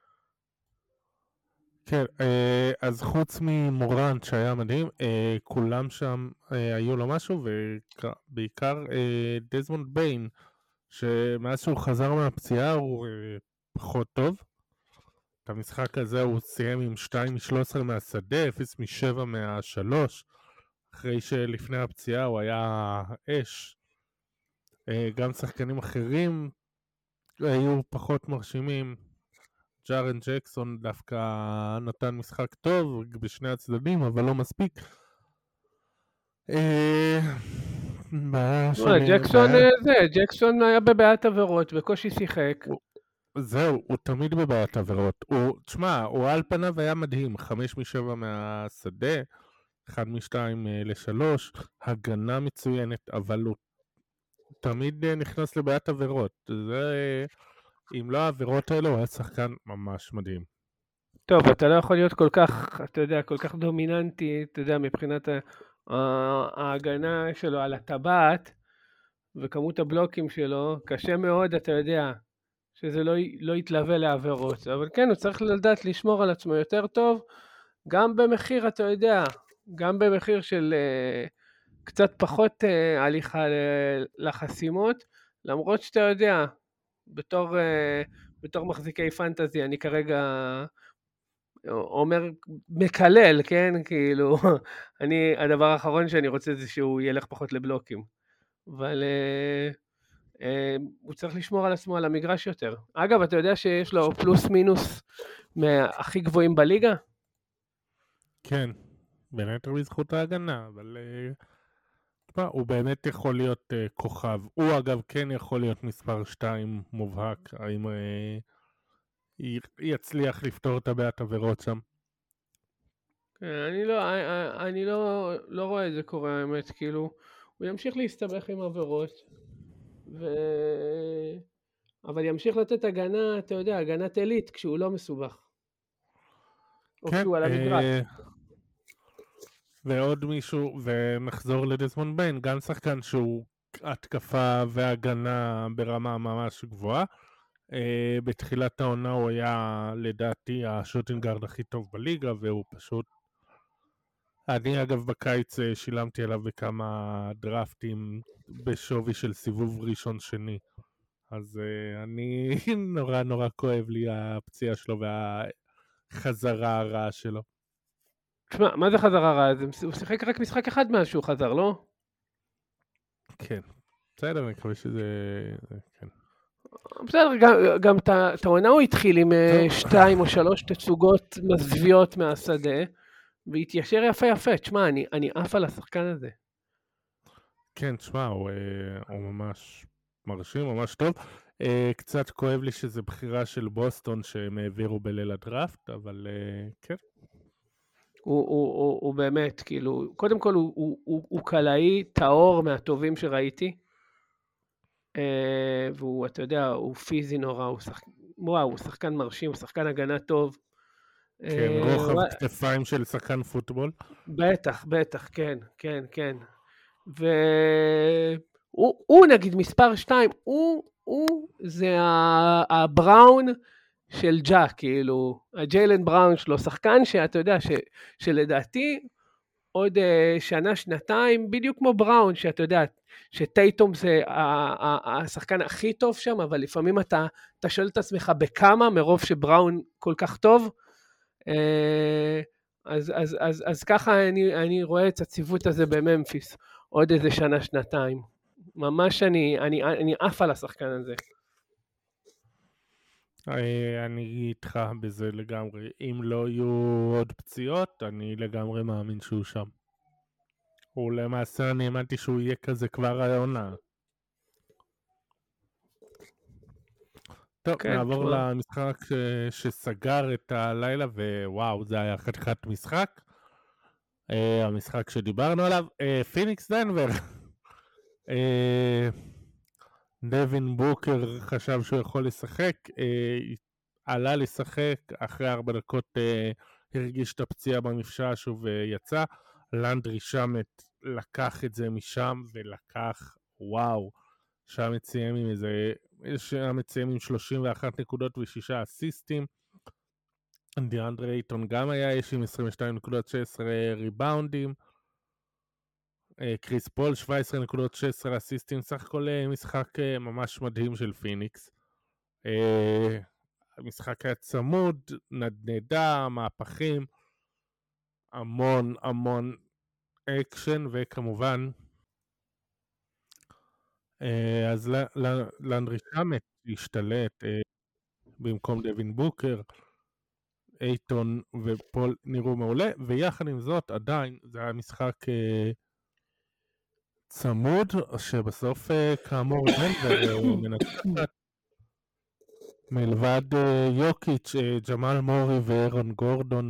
כן, אז חוץ ממורנט שהיה מדהים, כולם שם היו לו משהו, ובעיקר דזמונד ביין, שמאז שהוא חזר מהפציעה הוא פחות טוב. את המשחק הזה הוא סיים עם שתיים משלוש עשרה מהשדה, אפס משבע מהשלוש, אחרי שלפני הפציעה הוא היה אש. גם שחקנים אחרים היו פחות מרשימים. ג'ארן ג'קסון דווקא נתן משחק טוב בשני הצדדים, אבל לא מספיק. ג'קסון זה, ג'קסון היה בבעיית עבירות, בקושי שיחק. זהו, הוא תמיד בבעיית עבירות. תשמע, הוא על פניו היה מדהים, חמש משבע מהשדה, אחד משתיים לשלוש, הגנה מצוינת, אבל הוא תמיד נכנס לבעיית עבירות. זה... אם לא העבירות האלו, הוא היה שחקן ממש מדהים. טוב, אתה לא יכול להיות כל כך, אתה יודע, כל כך דומיננטי, אתה יודע, מבחינת ההגנה שלו על הטבעת, וכמות הבלוקים שלו, קשה מאוד, אתה יודע, שזה לא, לא יתלווה לעבירות. אבל כן, הוא צריך לדעת לשמור על עצמו יותר טוב, גם במחיר, אתה יודע, גם במחיר של uh, קצת פחות uh, הליכה לחסימות, למרות שאתה יודע, בתור, uh, בתור מחזיקי פנטזי, אני כרגע אומר, מקלל, כן? כאילו, אני, הדבר האחרון שאני רוצה זה שהוא ילך פחות לבלוקים. אבל uh, uh, הוא צריך לשמור על עצמו על המגרש יותר. אגב, אתה יודע שיש לו פלוס מינוס מהכי גבוהים בליגה? כן, בין היתר בזכות ההגנה, אבל... Uh... הוא באמת יכול להיות uh, כוכב. הוא אגב כן יכול להיות מספר שתיים מובהק, האם uh, י- יצליח לפתור את הבעיית עבירות שם. אני לא, אני, אני לא, לא רואה את זה קורה, האמת, כאילו, הוא ימשיך להסתבך עם עבירות, ו... אבל ימשיך לתת הגנה, אתה יודע, הגנת אלית, כשהוא לא מסובך. או כן, כשהוא על המגרש. אה... ועוד מישהו, ונחזור לדזמונד ביין, גם שחקן שהוא התקפה והגנה ברמה ממש גבוהה, Uh, בתחילת העונה הוא היה לדעתי השוטינגארד הכי טוב בליגה, והוא פשוט... אני אגב בקיץ uh, שילמתי עליו בכמה דרפטים בשווי של סיבוב ראשון שני. אז uh, אני נורא נורא כואב לי הפציעה שלו והחזרה הרעה שלו. תשמע, מה זה חזרה רעה? הוא שיחק רק משחק אחד מאז שהוא חזר, לא? כן, בסדר, אני מקווה שזה... כן. בסדר, גם, גם את העונה הוא התחיל עם שתיים או שלוש תצוגות מזוויות מהשדה, והתיישר יפה יפה. תשמע, אני, אני עף על השחקן הזה. כן, תשמע, הוא, הוא ממש מרשים, ממש טוב. קצת כואב לי שזה בחירה של בוסטון שהם העבירו בליל הדראפט, אבל כן. הוא, הוא, הוא, הוא באמת, כאילו, קודם כל הוא, הוא, הוא, הוא קלעי טהור מהטובים שראיתי, והוא, אתה יודע, הוא פיזי נורא, הוא שחק... וואו, הוא שחקן מרשים, הוא שחקן הגנה טוב. כן, רוחב כתפיים של שחקן פוטבול. בטח, בטח, כן, כן, כן. והוא נגיד מספר שתיים, הוא, הוא זה הבראון של ג'ה, כאילו, הג'יילן בראון שלו, שחקן שאתה יודע, ש, שלדעתי עוד שנה, שנתיים, בדיוק כמו בראון, שאתה יודע, שטייטום זה השחקן הכי טוב שם, אבל לפעמים אתה, אתה שואל את עצמך בכמה, מרוב שבראון כל כך טוב, אז, אז, אז, אז ככה אני, אני רואה את הציוות הזה בממפיס, עוד איזה שנה, שנתיים. ממש אני, אני, אני עף על השחקן הזה. אני איתך בזה לגמרי. אם לא יהיו עוד פציעות, אני לגמרי מאמין שהוא שם. ולמעשה אני האמנתי שהוא יהיה כזה כבר העונה. טוב, כן, נעבור כבר. למשחק ש... שסגר את הלילה, ווואו, זה היה חתיכת משחק. Uh, המשחק שדיברנו עליו, uh, פיניקס דנבר. uh, דווין בוקר חשב שהוא יכול לשחק, uh, עלה לשחק, אחרי ארבע דקות uh, הרגיש את הפציעה במפשע שוב ויצא. לנדרי שמט לקח את זה משם ולקח, וואו, שם מציעים עם איזה, שם מציעים עם שלושים ואחת נקודות ושישה אסיסטים. דיאנדרי אייטון גם היה, יש עם עשרים ושתיים נקודות שש עשרה ריבאונדים. קריס פול שבע עשרה נקודות שש עשרה אסיסטים, סך הכל משחק ממש מדהים של פיניקס. המשחק היה צמוד, נדנדה, מהפכים, המון המון אקשן, וכמובן אז לנדרי שמט השתלט במקום דווין בוקר. אייטון ופול נראו מעולה, ויחד עם זאת עדיין זה היה משחק אה, צמוד, שבסוף אה, כאמור דנבר מנצחת מלבד אה, יוקיץ', אה, ג'מאל מורי ואירון גורדון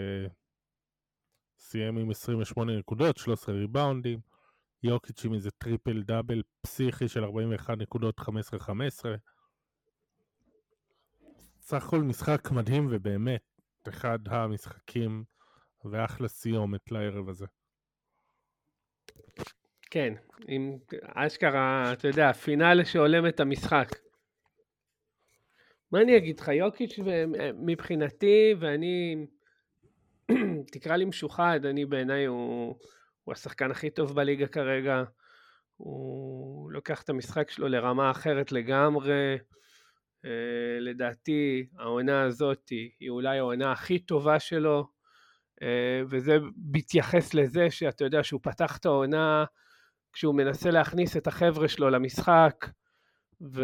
שסיים עם עשרים ושמונה נקודות, שלוש עשרה ריבאונדים, יוקיץ' עם איזה טריפל דאבל פסיכי של ארבעים ואחת נקודות, חמש עשרה חמש עשרה. סך הכל משחק מדהים ובאמת אחד המשחקים ואחלה סיומת לערב הזה. כן, עם אשכרה, אתה יודע, פינאלה שעולם את המשחק. מה אני אגיד לך, יוקיץ' מבחינתי, ואני, תקרא לי משוחד, אני בעיניי הוא, הוא השחקן הכי טוב בליגה כרגע, הוא לוקח את המשחק שלו לרמה אחרת לגמרי, Uh, לדעתי העונה הזאת היא אולי העונה הכי טובה שלו, uh, וזה מתייחס לזה שאתה יודע שהוא פתח את העונה כשהוא מנסה להכניס את החבר'ה שלו למשחק, ואתה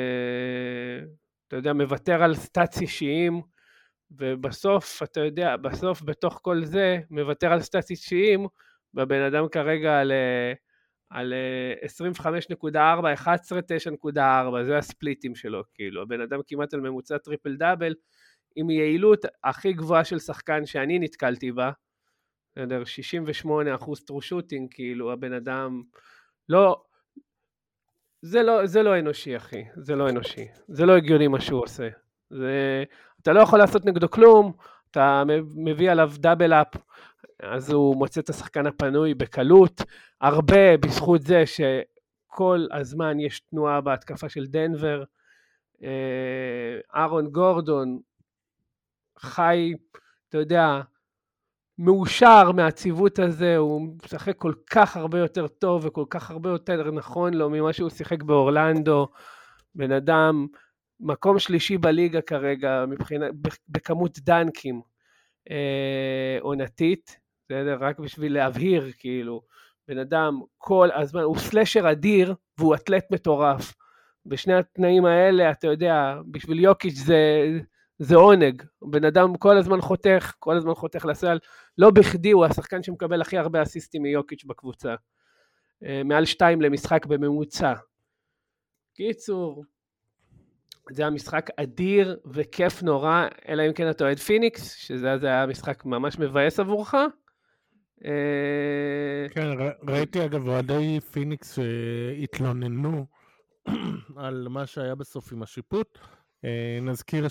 יודע מוותר על סטאצ אישיים, ובסוף אתה יודע בסוף בתוך כל זה מוותר על סטאצ אישיים, והבן אדם כרגע על על עשרים וחמש נקודה ארבע, אחת עשרה, תשע נקודה ארבע, זה הספליטים שלו, כאילו, הבן אדם כמעט על ממוצע טריפל דאבל, עם יעילות הכי גבוהה של שחקן שאני נתקלתי בה, שישים ושמונה אחוז טרו שוטינג, כאילו, הבן אדם, לא, זה לא, זה לא אנושי, אחי, זה לא אנושי, זה לא הגיוני מה שהוא עושה, זה, אתה לא יכול לעשות נגדו כלום, אתה מביא עליו דאבל אפ, אז הוא מוצא את השחקן הפנוי בקלות, הרבה בזכות זה שכל הזמן יש תנועה בהתקפה של דנבר, אהרון גורדון חי, אתה יודע, מאושר מהציוות הזה, הוא משחק כל כך הרבה יותר טוב וכל כך הרבה יותר נכון לו ממה שהוא שיחק באורלנדו. בן אדם מקום שלישי בליגה כרגע מבחינת בכמות דנקים אה, עונתית, בסדר? רק בשביל להבהיר, כאילו, בן אדם כל הזמן, הוא סלשר אדיר והוא אתלט מטורף. בשני התנאים האלה, אתה יודע, בשביל יוקיץ' זה, זה עונג. בן אדם כל הזמן חותך, כל הזמן חותך לסל. לא בכדי הוא השחקן שמקבל הכי הרבה אסיסטים מיוקיץ' בקבוצה. מעל שתיים למשחק בממוצע. קיצור, זה היה משחק אדיר וכיף נורא, אלא אם כן אתה אוהד פיניקס, שזה היה משחק ממש מבאס עבורך. כן, ראיתי אגב אוהדי פיניקס שהתלוננו על מה שהיה בסוף עם השיפוט. נזכיר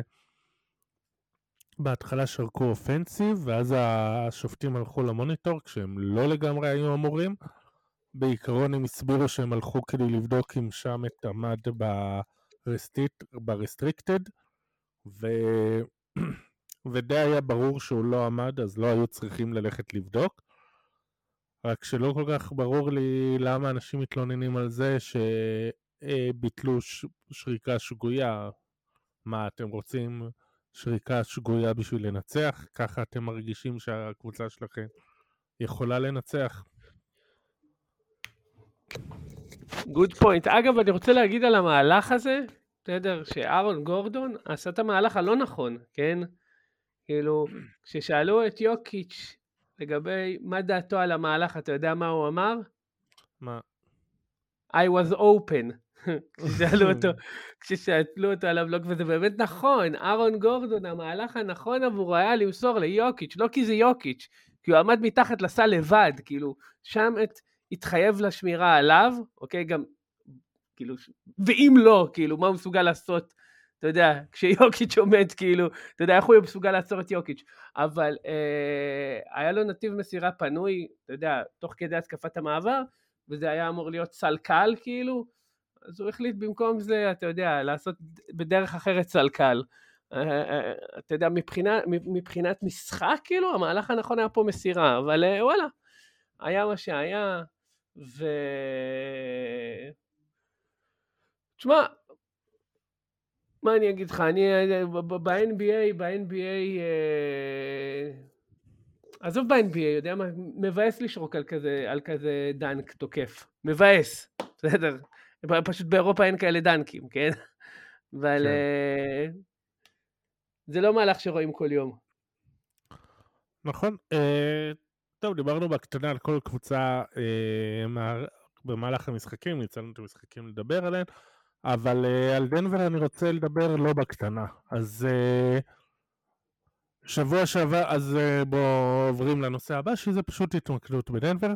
שבהתחלה שרקו אופנסיב, ואז השופטים הלכו למוניטור כשהם לא לגמרי היו אמורים. בעיקרון הם הסבירו שהם הלכו כדי לבדוק אם שם את עמד ברסטריקטד, ו... ודי היה ברור שהוא לא עמד, אז לא היו צריכים ללכת לבדוק. רק שלא כל כך ברור לי למה אנשים מתלוננים על זה שביטלו ש... שריקה שגויה. מה, אתם רוצים שריקה שגויה בשביל לנצח? ככה אתם מרגישים שהקבוצה שלכם יכולה לנצח? גוד פוינט. אגב, אני רוצה להגיד על המהלך הזה, בסדר, שאהרון גורדון עשה את המהלך הלא נכון, כן? כאילו, כששאלו את יוקיץ' לגבי מה דעתו על המהלך, אתה יודע מה הוא אמר? מה? I was open. כששאלו אותו, כששאלו אותו על הבלוג, וזה באמת נכון, אהרון גורדון, המהלך הנכון עבורו היה למסור ליוקיץ', לא כי זה יוקיץ', כי הוא עמד מתחת לסל לבד, כאילו, שם את, התחייב לשמירה עליו, אוקיי, גם, כאילו, ואם לא, כאילו, מה הוא מסוגל לעשות, אתה יודע, כשיוקיץ' עומד, כאילו, אתה יודע, איך הוא מסוגל לעצור את יוקיץ', אבל אה, היה לו נתיב מסירה פנוי, אתה יודע, תוך כדי התקפת המעבר, וזה היה אמור להיות סל קל, כאילו, אז הוא החליט במקום זה, אתה יודע, לעשות בדרך אחרת סל קל. אתה יודע, מבחינת, מבחינת משחק, כאילו, המהלך הנכון היה פה מסירה, אבל וואלה, היה מה שהיה, ו... תשמע, מה אני אגיד לך, אני ב-אן בי איי, ב-אן בי איי, עזוב ב-אן בי איי, יודע מה, מבאס לשרוק על כזה, על כזה דנק תוקף, מבאס, בסדר? פשוט באירופה אין כאלה דנקים, כן? אבל כן. זה לא מהלך שרואים כל יום. נכון. טוב, דיברנו בקטנה על כל קבוצה במהלך המשחקים, ניצלנו את המשחקים לדבר עליהן, אבל על דנבר אני רוצה לדבר לא בקטנה. אז שבוע שעבר, אז בואו עוברים לנושא הבא, שזה פשוט התמקדות בדנבר.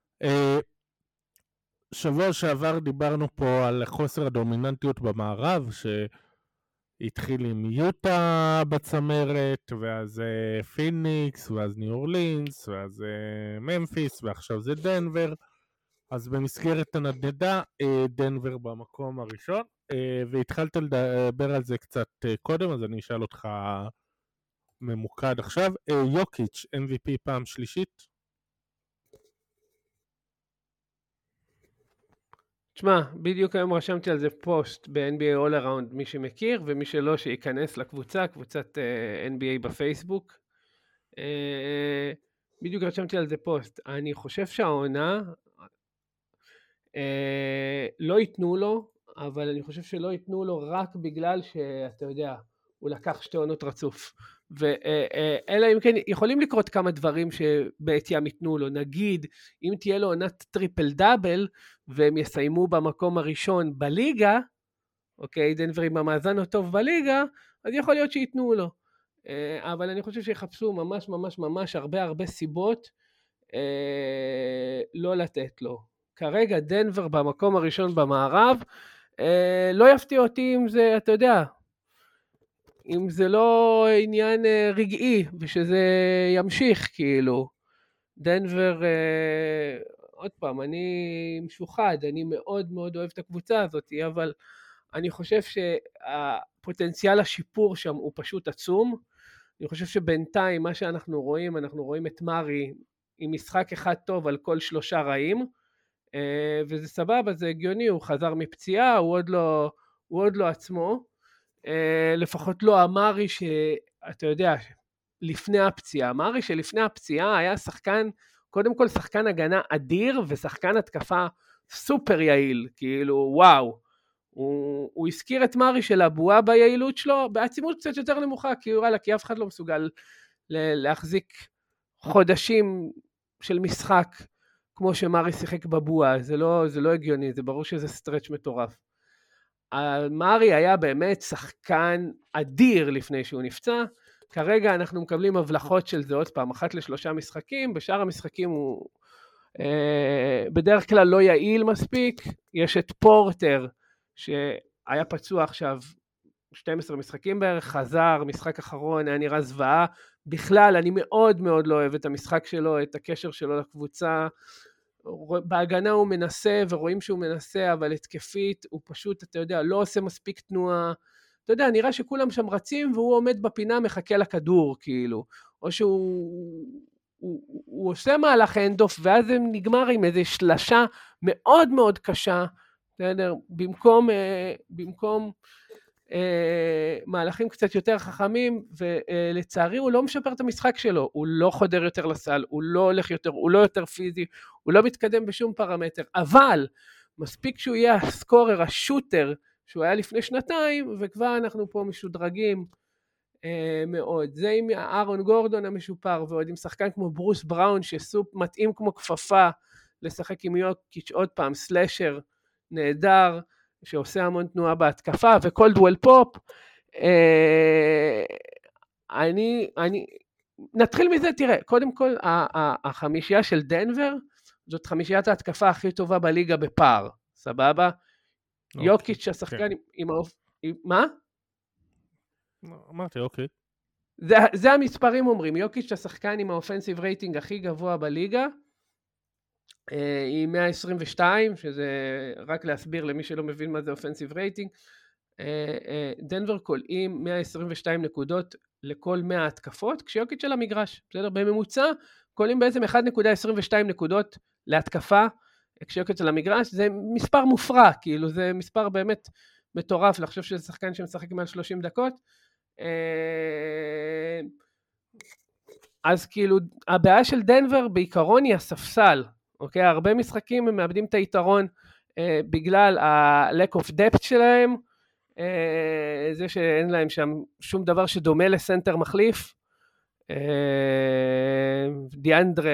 שבוע שעבר דיברנו פה על חוסר הדומיננטיות במערב, שהתחיל עם יוטה בצמרת, ואז פיניקס, ואז ניו אורלינס, ואז ממפיס, ועכשיו זה דנבר. אז במסגרת הנדנדה, דנבר במקום הראשון, והתחלת לדבר על זה קצת קודם, אז אני אשאל אותך ממוקד עכשיו. יוקיץ' אם וי פי פעם שלישית? תשמע, בדיוק היום רשמתי על זה פוסט ב-אן בי איי All Around, מי שמכיר, ומי שלא שייכנס לקבוצה, קבוצת uh, אן בי איי בפייסבוק. Uh, בדיוק רשמתי על זה פוסט. אני חושב שהעונה, uh, לא ייתנו לו, אבל אני חושב שלא ייתנו לו רק בגלל שאתה יודע, הוא לקח שתי עונות רצוף. ואלה אם כן, יכולים לקרות כמה דברים שבעתיים ייתנו לו. נגיד, אם תהיה לו עונת טריפל דאבל, והם יסיימו במקום הראשון בליגה, אוקיי, דנבר עם המאזן הטוב בליגה, אז יכול להיות שייתנו לו. אבל אני חושב שיחפשו ממש ממש ממש הרבה הרבה סיבות לא לתת לו. כרגע דנבר במקום הראשון במערב, לא יפתיע אותי אם זה, אתה יודע, אם זה לא עניין רגעי, ושזה ימשיך, כאילו. דנבר, עוד פעם, אני משוחד, אני מאוד מאוד אוהב את הקבוצה הזאת, אבל אני חושב שהפוטנציאל השיפור שם הוא פשוט עצום. אני חושב שבינתיים מה שאנחנו רואים, אנחנו רואים את מארי עם משחק אחד טוב על כל שלושה רעים, וזה סבבה, זה הגיוני, הוא חזר מפציעה, הוא עוד לא, הוא עוד לא עצמו, לפחות לא המארי שאתה יודע, לפני הפציעה. מארי שלפני הפציעה היה שחקן, קודם כל שחקן הגנה אדיר, ושחקן התקפה סופר יעיל, כאילו וואו. הוא, הוא הזכיר את מארי של הבועה ביעילות שלו, בעצימות קצת יותר נמוכה, כי הוא ראה לה, כי אף אחד לא מסוגל להחזיק חודשים של משחק, כמו שמארי שיחק בבועה, זה לא, זה לא הגיוני, זה ברור שזה סטרץ' מטורף. מארי היה באמת שחקן אדיר לפני שהוא נפצע, כרגע אנחנו מקבלים הבלחות של זה עוד פעם, אחת לשלושה משחקים, בשאר המשחקים הוא אה, בדרך כלל לא יעיל מספיק, יש את פורטר, שהיה פצוע עכשיו שנים עשר משחקים בערך, חזר, משחק אחרון, היה נראה זוועה, בכלל אני מאוד מאוד לא אוהב את המשחק שלו, את הקשר שלו לקבוצה, בהגנה הוא מנסה, ורואים שהוא מנסה, אבל התקפית, הוא פשוט, אתה יודע, לא עושה מספיק תנועה, אתה יודע, נראה שכולם שם רצים, והוא עומד בפינה, מחכה לכדור, כאילו, או שהוא הוא, הוא עושה מהלך אנדוף, ואז זה נגמר עם איזו שלשה מאוד מאוד קשה, בסדר, במקום, במקום מהלכים קצת יותר חכמים, ולצערי הוא לא משפר את המשחק שלו, הוא לא חודר יותר לסל, הוא לא הולך יותר, הוא לא יותר פיזי, הוא לא מתקדם בשום פרמטר, אבל מספיק שהוא יהיה הסקורר, השוטר, שהוא היה לפני שנתיים, וכבר אנחנו פה משודרגים מאוד. זה עם אהרון גורדון המשופר, ועוד עם שחקן כמו ברוס בראון, שסופ מתאים כמו כפפה, לשחק עם יוקיץ' עוד פעם, סלשר, נהדר, שעושה המון תנועה בהתקפה, וקולדוול פופ, אה, אני, אני, נתחיל מזה, תראה, קודם כל, החמישייה של דנבר, זאת חמישיית ההתקפה הכי טובה בליגה בפער, סבבה? אוקיי, יוקיץ' השחקן כן. עם האופ... מה? אמרתי, אוקיי. זה, זה המספרים אומרים, יוקיץ' השחקן עם האופנסיב רייטינג הכי גבוה בליגה, היא מאה עשרים ושתיים, שזה רק להסביר למי שלא מבין מה זה אופנסיב רייטינג, דנבר קולעים מאה עשרים ושתיים נקודות לכל מאה התקפות, כשיוקיץ' של המגרש, בסדר? בממוצע קולעים בעצם אחת נקודה עשרים ושתיים נקודות להתקפה, כשיוקיץ' של המגרש, זה מספר מופרע, כאילו זה מספר באמת מטורף, לחשוב שזה שחקן שמשחק מעל שלושים דקות, אז כאילו הבעיה של דנבר בעיקרון היא הספסל, אוקיי, הרבה משחקים הם מאבדים את היתרון אה, בגלל ה-lack of depth שלהם, אה, זה שאין להם שם שום דבר שדומה לסנטר מחליף, אה, דיאנדרה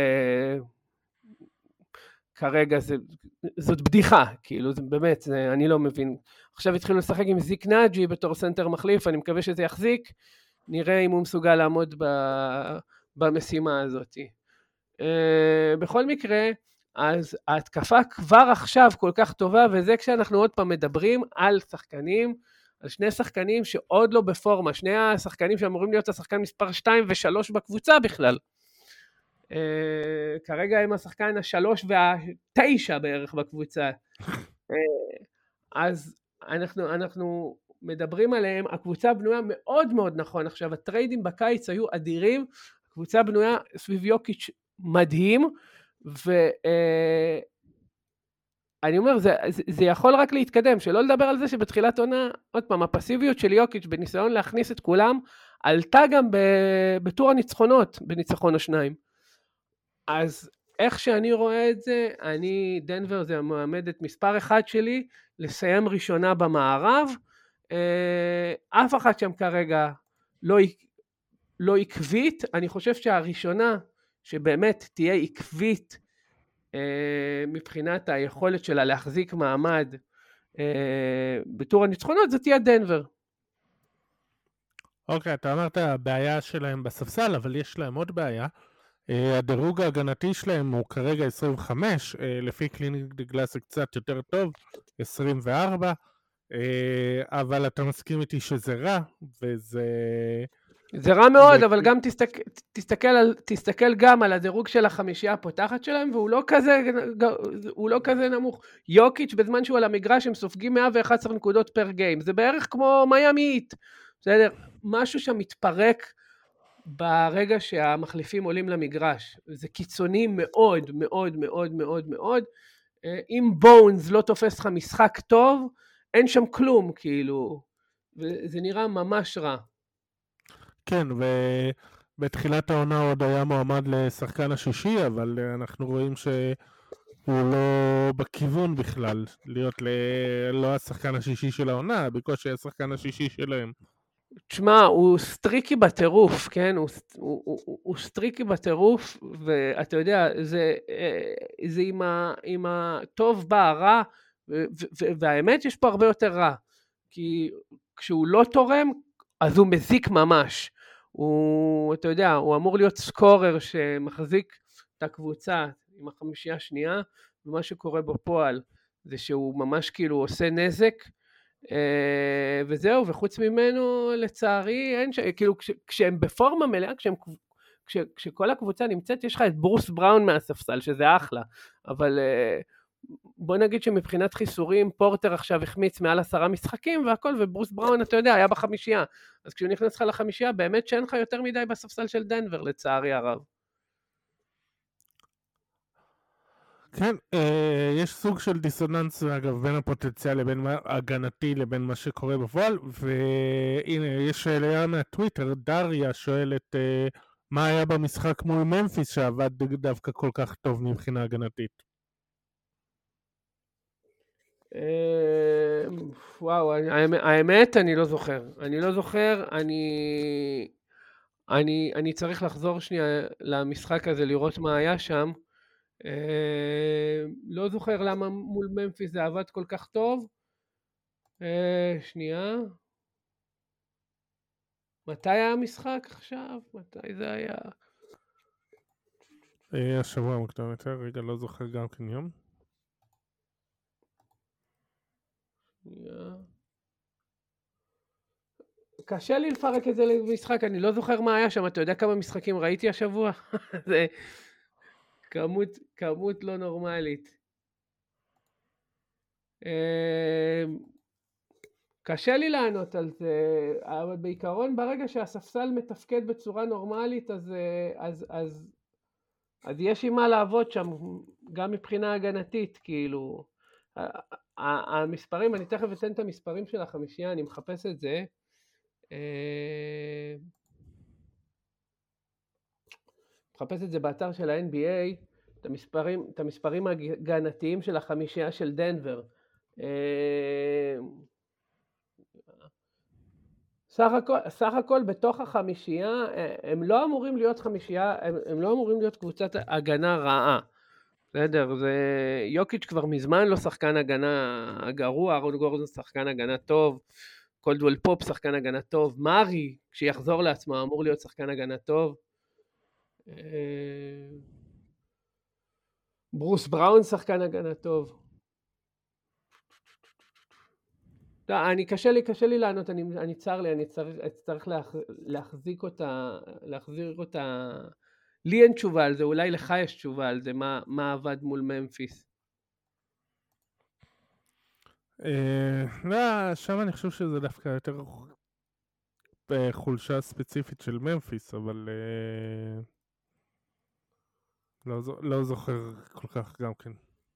כרגע זה, זאת בדיחה, כאילו זה באמת, זה, אני לא מבין, עכשיו התחילו לשחק עם זיק נאג'י בתור סנטר מחליף, אני מקווה שזה יחזיק, נראה אם הוא מסוגל לעמוד ב, במשימה הזאת. אה, בכל מקרה, אז ההתקפה כבר עכשיו כל כך טובה, וזה כשאנחנו עוד פעם מדברים על שחקנים, על שני שחקנים שעוד לא בפורמה, שני השחקנים שאמורים להיות השחקן מספר שתיים ושלוש בקבוצה בכלל. Uh, כרגע הם השחקן השלוש והתשע בערך בקבוצה. Uh, אז אנחנו, אנחנו מדברים עליהם, הקבוצה בנויה מאוד מאוד נכון, עכשיו הטריידים בקיץ היו אדירים, הקבוצה בנויה סביב יוקיץ' מדהים, ואני אומר, זה, זה יכול רק להתקדם, שלא לדבר על זה שבתחילת עונה, עוד פעם, הפסיביות של יוקיץ' בניסיון להכניס את כולם, עלתה גם בטור הניצחונות, בניצחון השניים. אז איך שאני רואה את זה, אני, דנבר זה המועמדת מספר אחד שלי, לסיים ראשונה במערב, אף אחת שם כרגע לא, לא עקבית, אני חושב שהראשונה, שבאמת תהיה עקבית אה, מבחינת היכולת שלה להחזיק מעמד אה, בטור הניצחונות, זאת תהיה דנבר. אוקיי, אתה אמרת הבעיה שלהם בספסל, אבל יש להם עוד בעיה. אה, הדירוג ההגנתי שלהם הוא כרגע עשרים וחמש, אה, לפי קלינינג דה גלאס זה קצת יותר טוב, עשרים וארבע, אה, אבל אתה מסכים איתי שזה רע, וזה... זה רע מאוד, אבל גם תסתכל, תסתכל, על, תסתכל גם על הדירוג של החמישייה הפותחת שלהם, והוא לא כזה, הוא לא כזה נמוך. יוקיץ' בזמן שהוא על המגרש, הם סופגים מאה ואחת עשרה נקודות פר גיים. זה בערך כמו מיאמי היט. בסדר? משהו שם מתפרק ברגע שהמחליפים עולים למגרש. זה קיצוני מאוד, מאוד, מאוד, מאוד, מאוד. אם בונס לא תופס לך משחק טוב, אין שם כלום, כאילו. וזה נראה ממש רע. כן, ובתחילת העונה עוד היה מועמד לשחקן השישי, אבל אנחנו רואים שהוא לא בכיוון בכלל, להיות ל... לא השחקן השישי של העונה, בקושי השחקן השישי שלהם. תשמע, הוא סטריקי בטירוף, כן? הוא, הוא, הוא, הוא סטריקי בטירוף, ואתה יודע, זה, זה עם, ה, עם הטוב בא הרע, ו, ו, והאמת יש פה הרבה יותר רע, כי כשהוא לא תורם, אז הוא מזיק ממש. הוא, אתה יודע, הוא אמור להיות סקורר שמחזיק את הקבוצה עם החמישייה השנייה, ומה שקורה בפועל זה שהוא ממש כאילו עושה נזק, וזהו, וחוץ ממנו לצערי אין, כאילו כשהם בפורמה מלאה, כשהם, כש, כשכל הקבוצה נמצאת, יש לך את ברוס בראון מהספסל, שזה אחלה, אבל בוא נגיד שמבחינת חיסורים, פורטר עכשיו החמיץ מעל עשרה משחקים והכל, וברוס בראון, אתה יודע, היה בחמישייה, אז כשהוא נכנס לך לחמישייה, באמת שאין לך יותר מדי בספסל של דנבר, לצערי הרב. כן, אה, יש סוג של דיסוננס, אגב, בין הפוטנציאל לבין הגנתי לבין מה שקורה בפועל, והנה, יש שאלה מהטוויטר, דריה שואלת, אה, מה היה במשחק מול ממפיס שעבד דווקא כל כך טוב מבחינה הגנתית? אה, וואו, האמת אני לא זוכר, אני לא זוכר, אני, אני, אני צריך לחזור שנייה למשחק הזה, לראות מה היה שם, לא זוכר למה מול ממפיס זה עבד כל כך טוב. שנייה. מתי היה המשחק עכשיו? מתי זה היה? השבוע מוקדם יותר, רגע, לא זוכר גם כן יום. שנייה. קשה לי לפרק את זה למשחק, אני לא זוכר מה היה שם, אתה יודע כמה משחקים ראיתי השבוע? זה כמות, כמות לא נורמלית. קשה לי לענות על זה, אבל בעיקרון ברגע שהספסל מתפקד בצורה נורמלית, אז, אז, אז, אז יש עם מה לעבוד שם, גם מבחינה הגנתית, כאילו. המספרים, אני תכף אתן את המספרים של החמישייה, אני מחפש את זה. מחפש את זה באתר של ה-אן בי איי, את המספרים, את המספרים הגנתיים של החמישייה של דנבר. סך הכל, סך הכל בתוך החמישייה, הם לא אמורים להיות חמישייה, הם, הם לא אמורים להיות קבוצת הגנה רעה. בסדר, זה יוקיץ' כבר מזמן לא שחקן הגנה גרוע, ארון גורדון שחקן הגנה טוב, קולדוול פופ שחקן הגנה טוב, מארי כשיחזור לעצמו אמור להיות שחקן הגנה טוב, ברוס בראון שחקן הגנה טוב. לא, אני קשה לי, קשה לי לענות, אני, אני צר לי, אני צריך, צריך להח, להחזיק אותה, להחזיר אותה, לי אין תשובה על זה, אולי לך יש תשובה על זה, מה, מה עבד מול ממפיס. לא, שם אני חושב שזה דווקא יותר חולשה ספציפית של ממפיס, אבל לא, לא זוכר כל כך גם כן.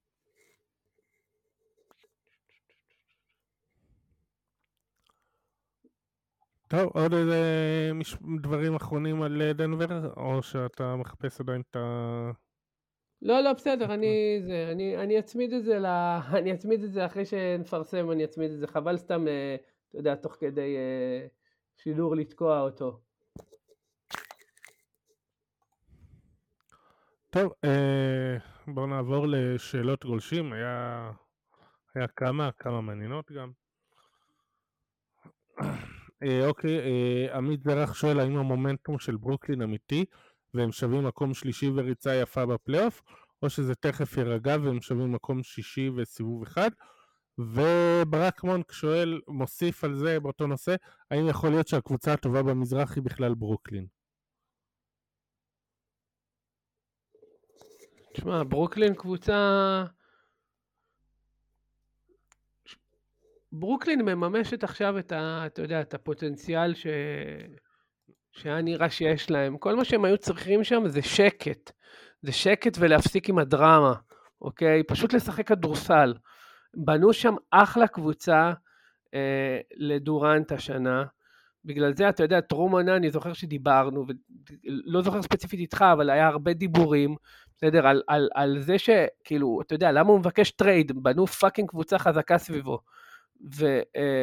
טוב, עוד איזה דברים אחרונים על דנבר, או שאתה מחפש עדיין את ה... לא, לא, בסדר, אני, זה, אני, אני אצמיד את זה, לה, אני אצמיד את זה אחרי שנפרסם, אני אצמיד את זה, חבל סתם, אתה יודע, תוך כדי שידור לתקוע אותו. טוב, בואו נעבור לשאלות גולשים, היה, היה כמה, כמה מעניינות גם. אוקיי, עמית זרח שואל האם המומנטום של ברוקלין אמיתי והם שווים מקום שלישי וריצה יפה בפלייאוף, או שזה תכף ירגע והם שווים מקום שישי וסיבוב אחד. וברק מונק שואל, מוסיף על זה באותו נושא, האם יכול להיות שהקבוצה הטובה במזרח היא בכלל ברוקלין? תשמע, ברוקלין קבוצה... ברוקלין מממשת עכשיו את, ה, אתה יודע, את הפוטנציאל ש... שהיה נראה שיש להם. כל מה שהם היו צריכים שם זה שקט. זה שקט ולהפסיק עם הדרמה, אוקיי? פשוט לשחק כדורסל. בנו שם אחלה קבוצה אה, לדורנט השנה. בגלל זה, אתה יודע, טרומנה, אני זוכר שדיברנו, ולא זוכר ספציפית איתך, אבל היה הרבה דיבורים, בסדר, על, על, על זה שכאילו, אתה יודע, למה הוא מבקש טרייד? בנו פאקינג קבוצה חזקה סביבו. ואתה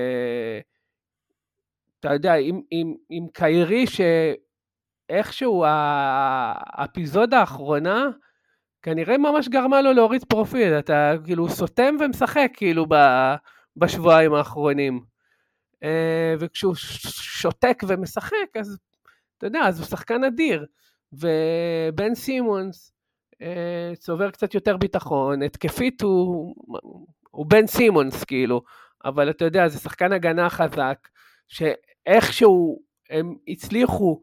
יודע, עם, עם, עם קיירי שאיכשהו האפיזודה האחרונה, כנראה ממש גרמה לו להוריד פרופיל, אתה כאילו סותם ומשחק כאילו בשבועיים האחרונים, וכשהוא שותק ומשחק, אז אתה יודע, אז הוא שחקן אדיר, ובן סימונס צובר קצת יותר ביטחון, התקפית הוא, הוא בן סימונס כאילו, אבל אתה יודע, זה שחקן הגנה חזק, שאיכשהו הם הצליחו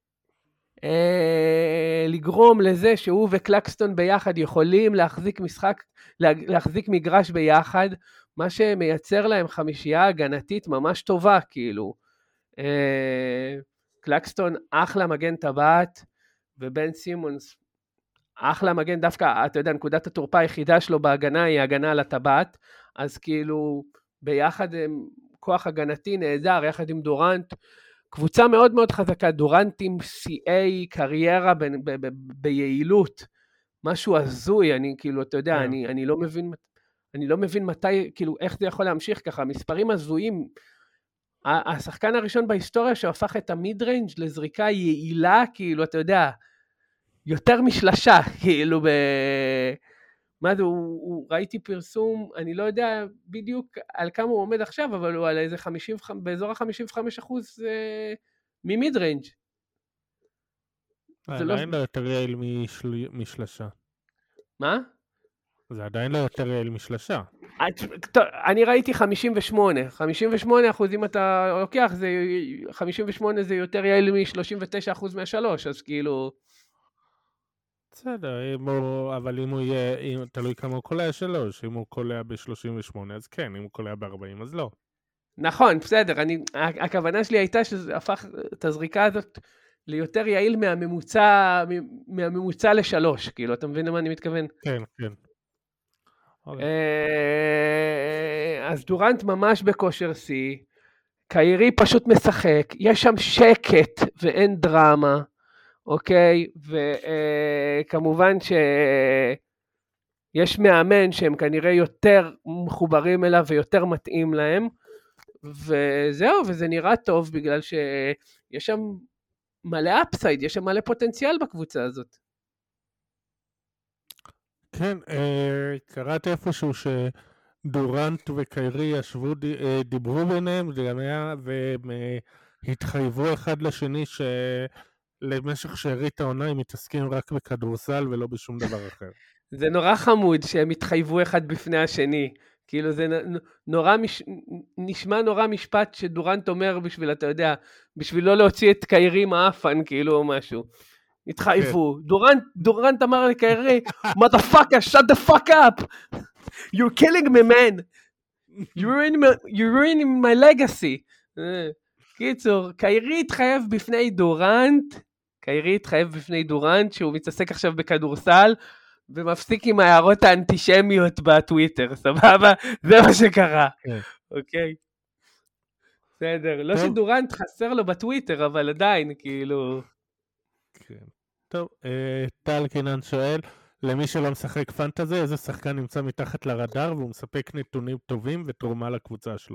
אה, לגרום לזה שהוא וקלקסטון ביחד יכולים להחזיק משחק, להחזיק מגרש ביחד, מה שמייצר להם חמישייה הגנתית ממש טובה, כאילו. אה, קלקסטון אחלה מגן טבעת, ובן סימונס אחלה מגן, דווקא, אתה יודע, נקודת התורפה היחידה שלו בהגנה היא הגנה על הטבעת, אז כאילו ביחד הם כוח הגנתי נהדר, יחד עם דורנט, קבוצה מאוד מאוד חזקה, דורנט עם סי איי קריירה ב- ב- ב- ביעילות, משהו הזוי, אני כאילו, אתה יודע, yeah. אני, אני לא מבין, אני לא מבין מתי, כאילו, איך זה יכול להמשיך ככה, מספרים הזויים, השחקן הראשון בהיסטוריה שהפך את המיד ריינג' לזריקה יעילה, כאילו, אתה יודע, יותר משלשה, כאילו, ב... מה זה, הוא, הוא, ראיתי פרסום, אני לא יודע בדיוק על כמה הוא עומד עכשיו, אבל הוא על איזה חמישים, באזור ה-חמישים וחמישה אחוז אה, ממיד ריינג'. זה עדיין לא יותר יעיל משל... משלשה. מה? זה עדיין לא יותר יעיל משלשה. אני ראיתי חמישים ושמונה, חמישים ושמונה אחוז אם אתה לוקח, זה, חמישים ושמונה זה יותר יעיל מ-שלושים ותשעה אחוז מהשלוש, אז כאילו... בסדר, אם הוא, אבל אם הוא יהיה, אם, תלוי כמה הוא קולע שלוש, אם הוא קולע ב-שלושים ושמונה אז כן, אם הוא קולע ב-ארבעים אז לא. נכון, בסדר, אני, הכוונה שלי הייתה שזה הפך את הזריקה הזאת ליותר יעיל מהממוצע, מהממוצע לשלוש, כאילו, אתה מבין למה אני מתכוון? כן, כן. אז דורנט ממש בכושר שיא, קיירי פשוט משחק, יש שם שקט ואין דרמה, אוקיי? וכמובן שיש מאמן שהם כנראה יותר מחוברים אליו ויותר מתאים להם, וזהו, וזה נראה טוב בגלל שיש שם מלא אפסייד, יש שם מלא פוטנציאל בקבוצה הזאת. כן, קראתי איפשהו שדורנט וקיירי ישבו, דיברו ביניהם, והם התחייבו אחד לשני שלמשך שארית העונה הם מתעסקים רק בכדורסל ולא בשום דבר אחר. זה נורא חמוד שהם התחייבו אחד בפני השני, כאילו זה נורא, נשמע נורא משפט שדורנט אומר בשביל, אתה יודע, בשביל לא להוציא את קיירי מאפן, כאילו או משהו. התחייבו. דורנט, דורנט אמר לקיירי, motherfucker, shut the fuck up. You're killing me, man. You're ruining my, you're ruining my legacy. קיצור, קיירי התחייב בפני דורנט, קיירי התחייב בפני דורנט, שהוא מתעסק עכשיו בכדורסל, ומפסיק עם ההערות האנטישמיות בטוויטר, סבבה? זה מה שקרה. אוקיי? בסדר, לא שדורנט חסר לו בטוויטר, אבל עדיין, כאילו... כן. טוב, טל קינן שואל, למי שלא משחק פנטזי, איזה שחקן נמצא מתחת לרדאר, והוא מספק נתונים טובים ותרומה לקבוצה שלו?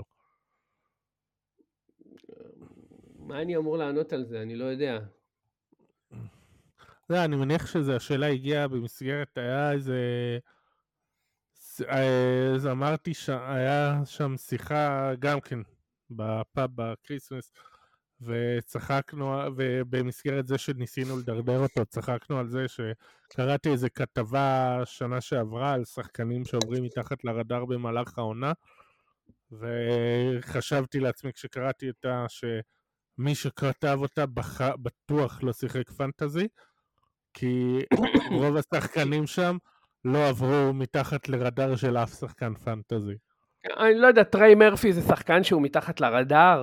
מה אני אמור לענות על זה? אני לא יודע. זה, אני מניח שזה, השאלה הגיעה במסגרת, היה איזה... אז אמרתי שהיה שם שיחה גם כן בפאב בקריסמס, וצחקנו, ובמסגרת זה שניסינו לדרדר אותו, צחקנו על זה שקראתי איזה כתבה שנה שעברה על שחקנים שעוברים מתחת לרדאר במהלך העונה, וחשבתי לעצמי כשקראתי אותה שמי שכתב אותה בח... בטוח לא שיחק פנטזי, כי רוב השחקנים שם לא עברו מתחת לרדאר של אף שחקן פנטזי. אני לא יודע, טריי מרפי זה שחקן שהוא מתחת לרדאר?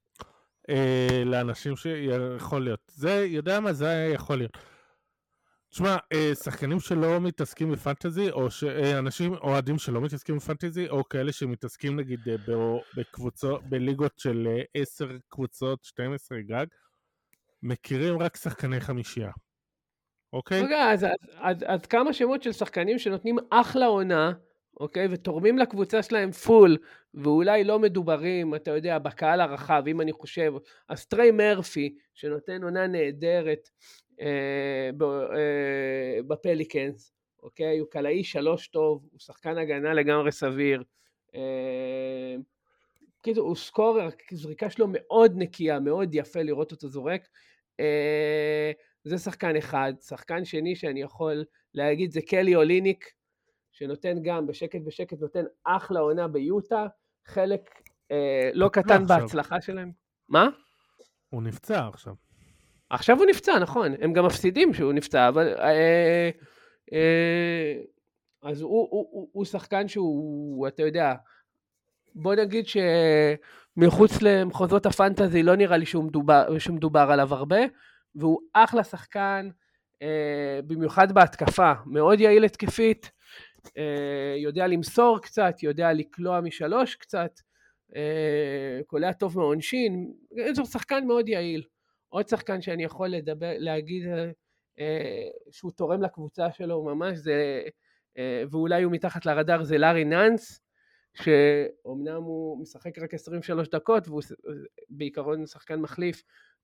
אה, לאנשים שיכול להיות. זה, יודע מה, זה יכול להיות. תשמע, אה, שחקנים שלא מתעסקים בפנטזי, או ש... אה, אנשים, אוהדים שלא מתעסקים בפנטזי, או כאלה שמתעסקים נגיד אה, בקבוצות, בליגות של אה, עשר קבוצות, שתים עשרה גג, מכירים רק שחקני חמישייה. אוקיי? אוקיי, אז, אז, אז, אז כמה שמות של שחקנים שנותנים אחלה עונה, אוקיי, ותורמים לקבוצה שלהם פול, ואולי לא מדוברים, אתה יודע, בקהל הרחב, אם אני חושב, אז טריי מרפי, שנותן עונה נהדרת אה, ב, אה, בפליקנס, אוקיי, הוא קלעי שלוש טוב, הוא שחקן הגנה לגמרי סביר, אה, כאילו, הוא סקורר, זריקה שלו מאוד נקייה, מאוד יפה לראות אותו זורק, אה, זה שחקן אחד. שחקן שני שאני יכול להגיד זה קלי אוליניק, שנותן גם בשקט בשקט, נותן אחלה עונה ביוטה, חלק אה, לא קטן עכשיו. בהצלחה שלהם. מה? הוא נפצע עכשיו. עכשיו הוא נפצע, נכון. הם גם מפסידים שהוא נפצע, אבל... אה, אה, אז הוא, הוא, הוא, הוא שחקן שהוא, אתה יודע, בוא נגיד שמחוץ למחוזות הפנטזי לא נראה לי שמדובר, שמדובר עליו הרבה, והוא אחלה שחקן, אה, במיוחד בהתקפה, מאוד יעיל התקפית, אה, יודע למסור קצת, יודע לקלוע משלוש קצת, אה, קולע טוב מעונשין, זה שחקן מאוד יעיל. עוד שחקן שאני יכול לדבר, להגיד אה, שהוא תורם לקבוצה שלו ממש, זה, אה, ואולי הוא מתחת לרדאר, זה לארי נאנס, שאומנם הוא משחק רק עשרים ושלוש דקות, והוא בעיקרון שחקן מחליף,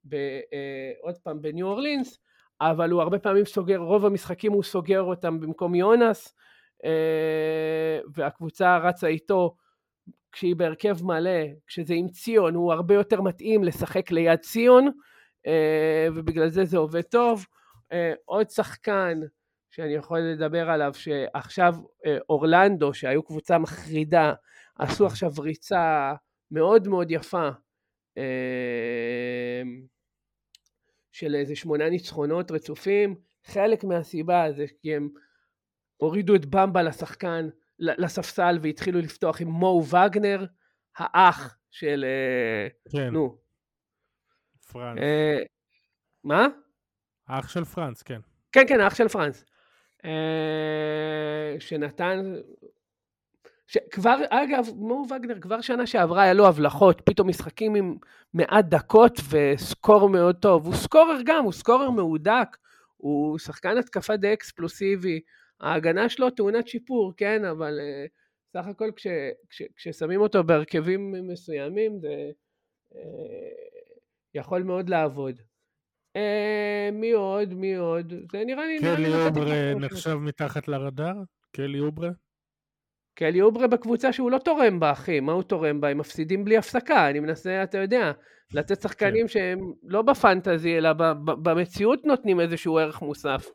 עוד פעם בניו אורלינס, אבל הוא הרבה פעמים סוגר, רוב המשחקים הוא סוגר אותם במקום יונס, והקבוצה רצה איתו, כשהיא בהרכב מלא, כשזה עם ציון, הוא הרבה יותר מתאים לשחק ליד ציון, ובגלל זה זה עובד טוב. עוד שחקן שאני יכול לדבר עליו, שעכשיו אורלנדו, שהיו קבוצה מחרידה, עשו עכשיו ריצה מאוד מאוד יפה, של איזה שמונה ניצחונות רצופים. חלק מהסיבה זה כי הם הורידו את במבה לשחקן, לספסל, והתחילו לפתוח עם מו וגנר, האח של... כן. נו. פרנס. מה? האח של פרנס, כן. כן, כן, האח של פרנס. שנתן... שכבר, אגב, מו וגנר כבר שנה שעברה היה לו הבלחות, פתאום משחקים עם מעט דקות וסקור מאוד טוב. הוא סקורר גם, הוא סקורר מהודק, הוא שחקן התקפה די אקספלוסיבי, ההגנה שלו תאונת שיפור, כן, אבל uh, סך הכל כש, כש, כששמים אותו בהרכבים מסוימים, זה uh, יכול מאוד לעבוד. Uh, מי עוד, מי עוד? זה נראה לי... קלי אוברה נחשב מתחת לרדאר? קלי אוברה? קלי אוברה בקבוצה שהוא לא תורם בה, אחי, מה הוא תורם בה? הם מפסידים בלי הפסקה, אני מנסה, אתה יודע, לתת שחקנים שהם לא בפנטזי, אלא במציאות נותנים איזשהו ערך מוסף.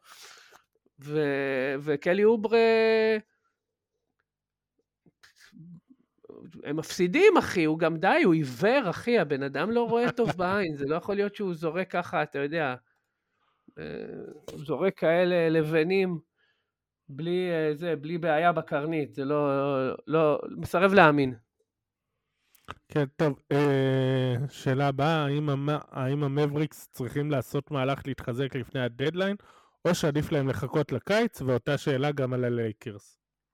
וקלי אוברה, הם מפסידים, אחי, הוא גם די, הוא עיוור, אחי, הבן אדם לא רואה טוב בעין, זה לא יכול להיות שהוא זורק ככה, אתה יודע, הוא זורק כאלה לבנים, בלי זה, בלי בעיה בקרנית, זה לא, לא, מסרב להאמין. כן, טוב, שאלה הבאה, האם המבריקס צריכים לעשות מהלך להתחזק לפני הדדליין, או שעדיף להם לחכות לקיץ, ואותה שאלה גם על הלייקרס.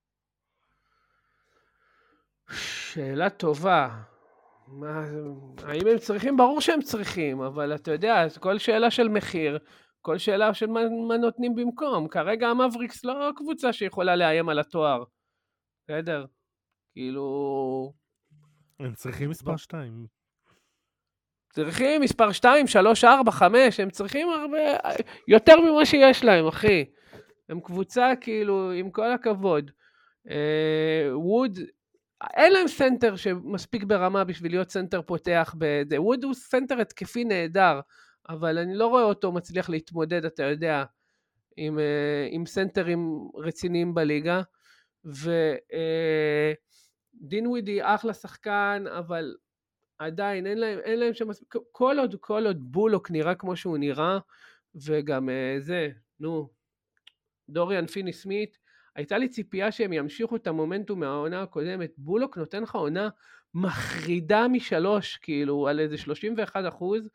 שאלה טובה. מה, האם הם צריכים? ברור שהם צריכים, אבל אתה יודע, כל שאלה של מחיר, כל שאלה של מה, מה נותנים במקום. כרגע המבריקס לא קבוצה שיכולה לאיים על התואר. בסדר? כאילו... הם צריכים מספר שתיים. צריכים מספר שתיים, שלוש, ארבע, חמש, הם צריכים הרבה, יותר ממה שיש להם, אחי. הם קבוצה כאילו, עם כל הכבוד. ווד, אין להם סנטר שמספיק ברמה בשביל להיות סנטר פותח בזה. ווד הוא סנטר התקפי נהדר, אבל אני לא רואה אותו מצליח להתמודד, אתה יודע, עם, עם סנטרים רציניים בליגה. ו... דינווידי אחלה שחקן, אבל עדיין אין להם, אין להם שם, כל עוד, כל עוד בולוק נראה כמו שהוא נראה, וגם זה, נו, דוריאן פיני סמית, הייתה לי ציפייה שהם ימשיכו את המומנטום מהעונה הקודמת. בולוק נותן לך עונה מחרידה משלוש, כאילו, על איזה שלושים ואחד אחוז,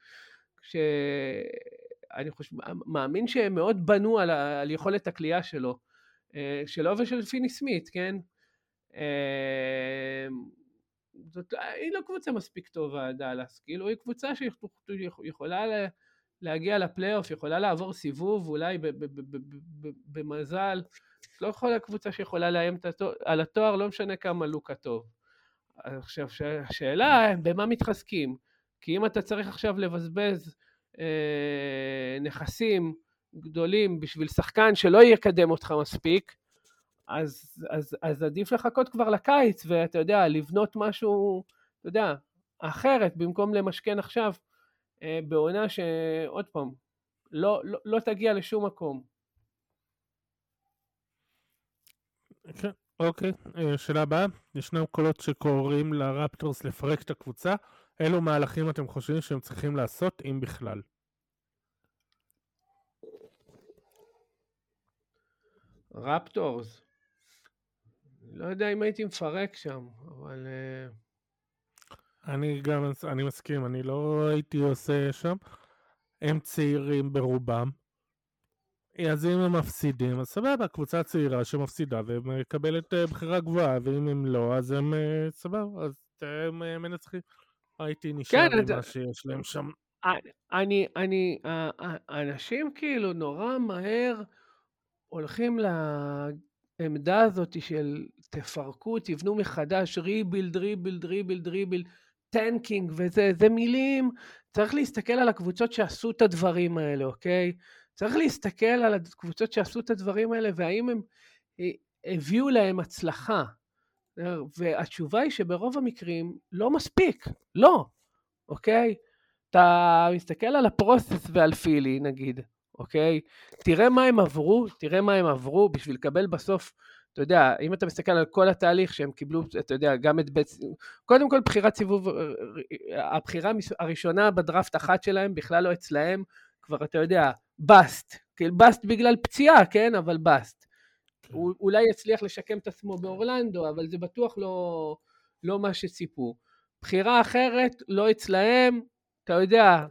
שאני חושב, מאמין שהם מאוד בנו על, ה, על יכולת הקליעה שלו, שלו ושל פיני סמית, כן? זאת, היא לא קבוצה מספיק טובה, דאלאס, כאילו, היא קבוצה שיכולה להגיע לפלייאוף, יכולה לעבור סיבוב, אולי במזל, לא יכולה קבוצה שיכולה לאיים על התואר, לא משנה כמה לוק הטוב. עכשיו, השאלה, במה מתחזקים? כי אם אתה צריך עכשיו לבזבז אה, נכסים גדולים בשביל שחקן שלא יקדם אותך מספיק, אז, אז, אז עדיף לחכות כבר לקיץ, ואתה יודע, לבנות משהו, אתה יודע, אחרת, במקום למשכן עכשיו, אה, בעונה שעוד פעם, לא, לא, לא תגיע לשום מקום. כן, אוקיי. שאלה הבאה, ישנם קולות שקוראים לרפטורס לפרק את הקבוצה, אילו מהלכים אתם חושבים שהם צריכים לעשות, אם בכלל? רפטורס, לא יודע אם הייתי מפרק שם, אבל... אני גם, אני מסכים, אני לא הייתי עושה שם. הם צעירים ברובם. אז אם הם מפסידים, אז סבבה, קבוצה צעירה שמפסידה ומקבלת בחירה גבוהה, ואם הם לא, אז הם סבבה, אז הם מנצחים. הייתי נשאר עם מה שיש להם שם. אני, אני, האנשים כאילו נורא מהר הולכים לעמדה הזאת של תפרקו, תבנו מחדש, ריבילד, ריבילד, ריבילד, ריבילד, טנקינג, וזה, זה מילים, צריך להסתכל על הקבוצות שעשו את הדברים האלה, אוקיי? צריך להסתכל על הקבוצות שעשו את הדברים האלה, והאם הם הביאו להם הצלחה. והתשובה היא שברוב המקרים לא מספיק, לא, אוקיי? אתה מסתכל על הפרוסס ועל פילי, נגיד, אוקיי? תראה מה הם עברו, תראה מה הם עברו בשביל לקבל בסוף, אתה יודע, אם אתה מסתכל על כל התהליך שהם קיבלו, אתה יודע, גם את בית, קודם כל בחירת סיבוב, הבחירה הראשונה בדראפט אחת שלהם, בכלל לא אצלהם, כבר אתה יודע, בסט, כאילו בסט בגלל פציעה, כן? אבל בסט. הוא אולי יצליח לשקם את עצמו באורלנדו, אבל זה בטוח לא, לא מה שציפו. בחירה אחרת, לא אצלהם, אתה יודע,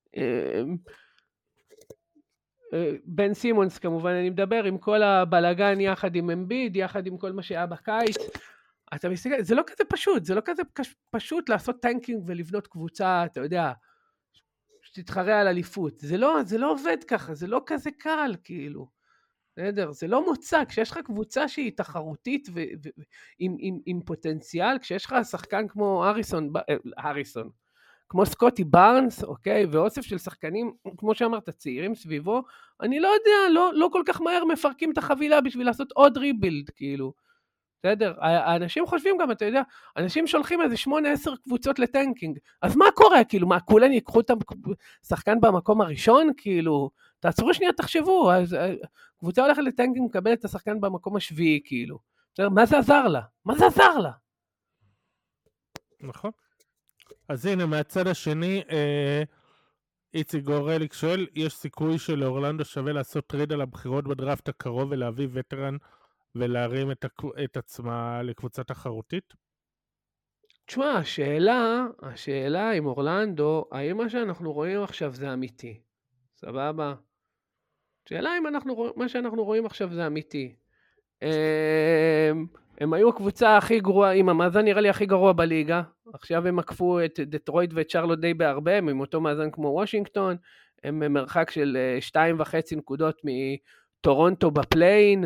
בן סימונס כמובן אני מדבר, עם כל הבלגן יחד עם אמביד, יחד עם כל מה שהיה בקיץ, אתה מסתכל, זה לא כזה פשוט, זה לא כזה פשוט לעשות טנקינג ולבנות קבוצה, אתה יודע, שתתחרה על אליפות, זה לא, זה לא עובד ככה, זה לא כזה קל כאילו, בסדר, זה לא מוצא, כשיש לך קבוצה שהיא תחרותית ו- ו- עם, עם, עם פוטנציאל, כשיש לך שחקן כמו הריסון, הריסון, כמו סקוטי בארנס, אוקיי, ואוסף של שחקנים, כמו שאמרת, צעירים סביבו, אני לא יודע, לא, לא כל כך מהר מפרקים את החבילה בשביל לעשות עוד ריבילד, כאילו, בסדר? האנשים חושבים גם, אתה יודע, אנשים שולחים איזה שמונה עשר קבוצות לטנקינג, אז מה קורה, כאילו, מה, כולם ייקחו את השחקן במקום הראשון, כאילו, תעצרו שנייה, תחשבו, אז קבוצה הולכת לטנקינג, מקבלת את השחקן במקום השביעי, כאילו, בסדר? מה זה עזר לה? מה זה עזר לה? נכון. אז הנה, מהצד השני, אה, איציק גורליק שואל, יש סיכוי שלאורלנדו שווה לעשות טרייד על הבחירות בדראפט הקרוב ולהביא וטרן ולהרים את, את עצמה לקבוצה תחרותית? תשמע, השאלה, השאלה עם אורלנדו, האם מה שאנחנו רואים עכשיו זה אמיתי? סבבה? שאלה אם אנחנו, מה שאנחנו רואים עכשיו זה אמיתי. הם, הם היו הקבוצה הכי גרועה, עם המאזן נראה לי הכי גרוע בליגה, עכשיו הם עקפו את דטרויט ואת צ'רלוט די בהרבה, עם אותו מאזן כמו וושינגטון, הם במרחק של שתיים וחצי נקודות מטורונטו בפליין,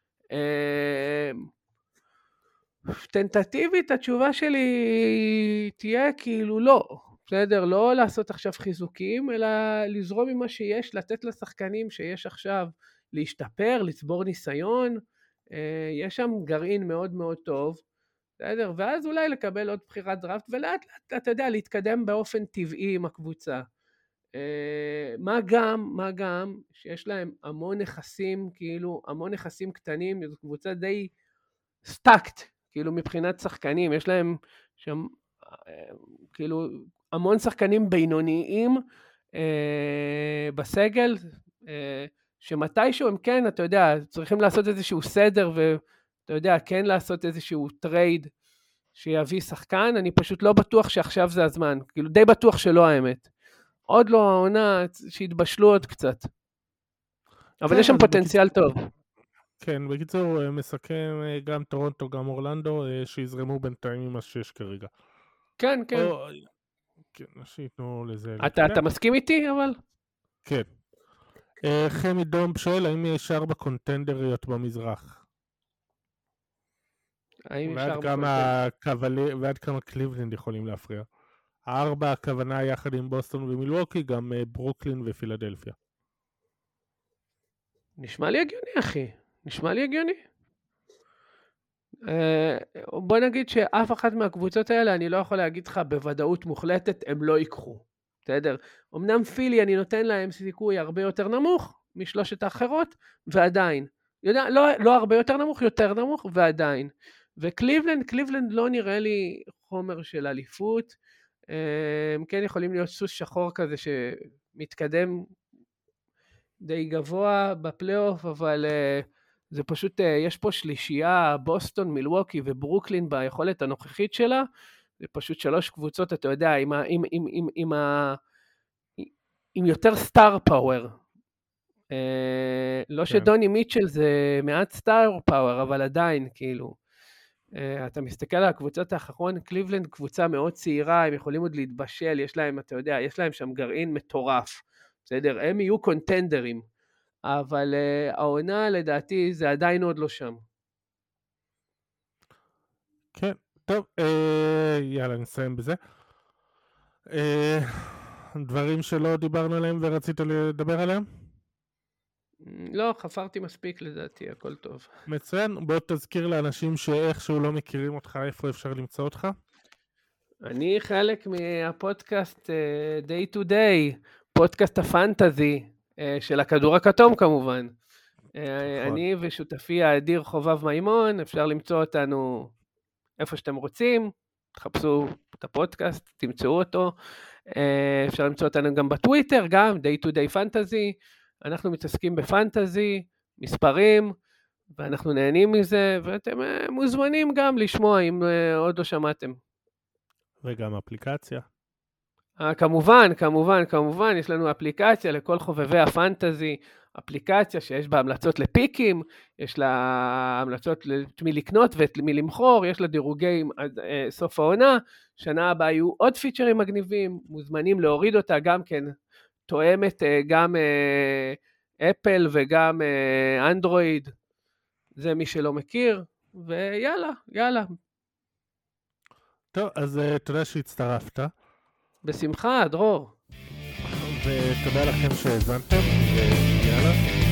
טנטטיבית התשובה שלי תהיה כאילו לא, בסדר, לא לעשות עכשיו חיזוקים, אלא לזרום עם מה שיש, לתת לשחקנים שיש עכשיו להשתפר, לצבור ניסיון, יש שם גרעין מאוד מאוד טוב, בסדר, ואז אולי לקבל עוד בחירת דראפט, ולאט לאט, אתה יודע, להתקדם באופן טבעי עם הקבוצה. מה גם, מה גם, שיש להם המון נכסים, כאילו, המון נכסים קטנים, זו קבוצה די סטאקט, כאילו מבחינת שחקנים, יש להם שם כאילו המון שחקנים בינוניים אה, בסגל, אה, שמתישהו הם כן, אתה יודע, צריכים לעשות איזשהו סדר, ואתה יודע, כן לעשות איזשהו טרייד שיביא שחקן, אני פשוט לא בטוח שעכשיו זה הזמן, כאילו די בטוח שלא האמת. עוד לא העונה, שהתבשלו עוד קצת. אבל כן, יש שם אז פוטנציאל בקיצור- טוב. כן, בקיצור, אה, מסכם אה, גם טורונטו, גם אורלנדו, אה, שיזרמו בינתיים עם מה שיש כרגע. כן, כן. או, כן, שייתנו לזה אתה, להתקדם. אתה מסכים איתי, אבל? כן. אה, חמי דום שואל, האם יש ארבע קונטנדריות במזרח? האם יש ועד ארבע כמה קבלי- ועד כמה קליבלנד יכולים להפריע? הארבע הכוונה יחד עם בוסטון ומילווקי, גם אה, ברוקלין ופילדלפיה. נשמע לי הגיוני, אחי. נשמע לי הגיוני. אה, בוא נגיד שאף אחת מהקבוצות האלה, אני לא יכול להגיד לך בוודאות מוחלטת, הם לא ייקחו. בסדר? אמנם פילי, אני נותן להם סיכוי הרבה יותר נמוך משלושת האחרות, ועדיין. יודע, לא, לא הרבה יותר נמוך, יותר נמוך, ועדיין. וקליבלנד, קליבלנד לא נראה לי חומר של אליפות. אה, הם כן יכולים להיות סוס שחור כזה שמתקדם די גבוה בפלייאוף, אבל uh, זה פשוט, uh, יש פה שלישייה, בוסטון, מילווקי וברוקלין ביכולת הנוכחית שלה, זה פשוט שלוש קבוצות, אתה יודע, עם, ה, עם, עם, עם, עם, ה, עם יותר סטאר פאוור. Uh, לא כן. שדוני מיטשל זה מעט סטאר פאוור, אבל עדיין, כאילו, uh, אתה מסתכל על הקבוצות האחרון, קליבלנד קבוצה מאוד צעירה, הם יכולים עוד להתבשל, יש להם, אתה יודע, יש להם שם גרעין מטורף. בסדר, הם יהיו קונטנדרים, אבל uh, העונה לדעתי זה עדיין עוד לא שם. כן, טוב, אה, יאללה, נסיים בזה. אה, דברים שלא דיברנו עליהם ורצית לדבר עליהם? לא, חפרתי מספיק לדעתי, הכל טוב. מצוין, בוא תזכיר לאנשים שאיכשהו לא מכירים אותך, איפה אפשר למצוא אותך? אני חלק מהפודקאסט uh, Day to Day, פודקאסט הפנטזי uh, של הכדור הכתום כמובן. Uh, אני ושותפי האדיר חובב מימון, אפשר למצוא אותנו איפה שאתם רוצים, תחפשו את הפודקאסט, תמצאו אותו. Uh, אפשר למצוא אותנו גם בטוויטר, גם Day to Day Fantasy. אנחנו מתעסקים בפנטזי, מספרים, ואנחנו נהנים מזה, ואתם uh, מוזמנים גם לשמוע אם uh, עוד לא שמעתם. וגם אפליקציה. Uh, כמובן, כמובן, כמובן, יש לנו אפליקציה לכל חובבי הפנטזי, אפליקציה שיש בה המלצות לפיקים, יש לה המלצות את מי לקנות ואת מי למכור, יש לה דירוגים עד uh, סוף העונה, שנה הבאה יהיו עוד פיצ'רים מגניבים, מוזמנים להוריד אותה גם כן, תואמת uh, גם uh, אפל וגם uh, אנדרואיד, זה מי שלא מכיר, ויאללה, יאללה. טוב, אז uh, תודה שהצטרפת. בשמחה, דרור. ותודה לכם שהזנתם, ויאללה.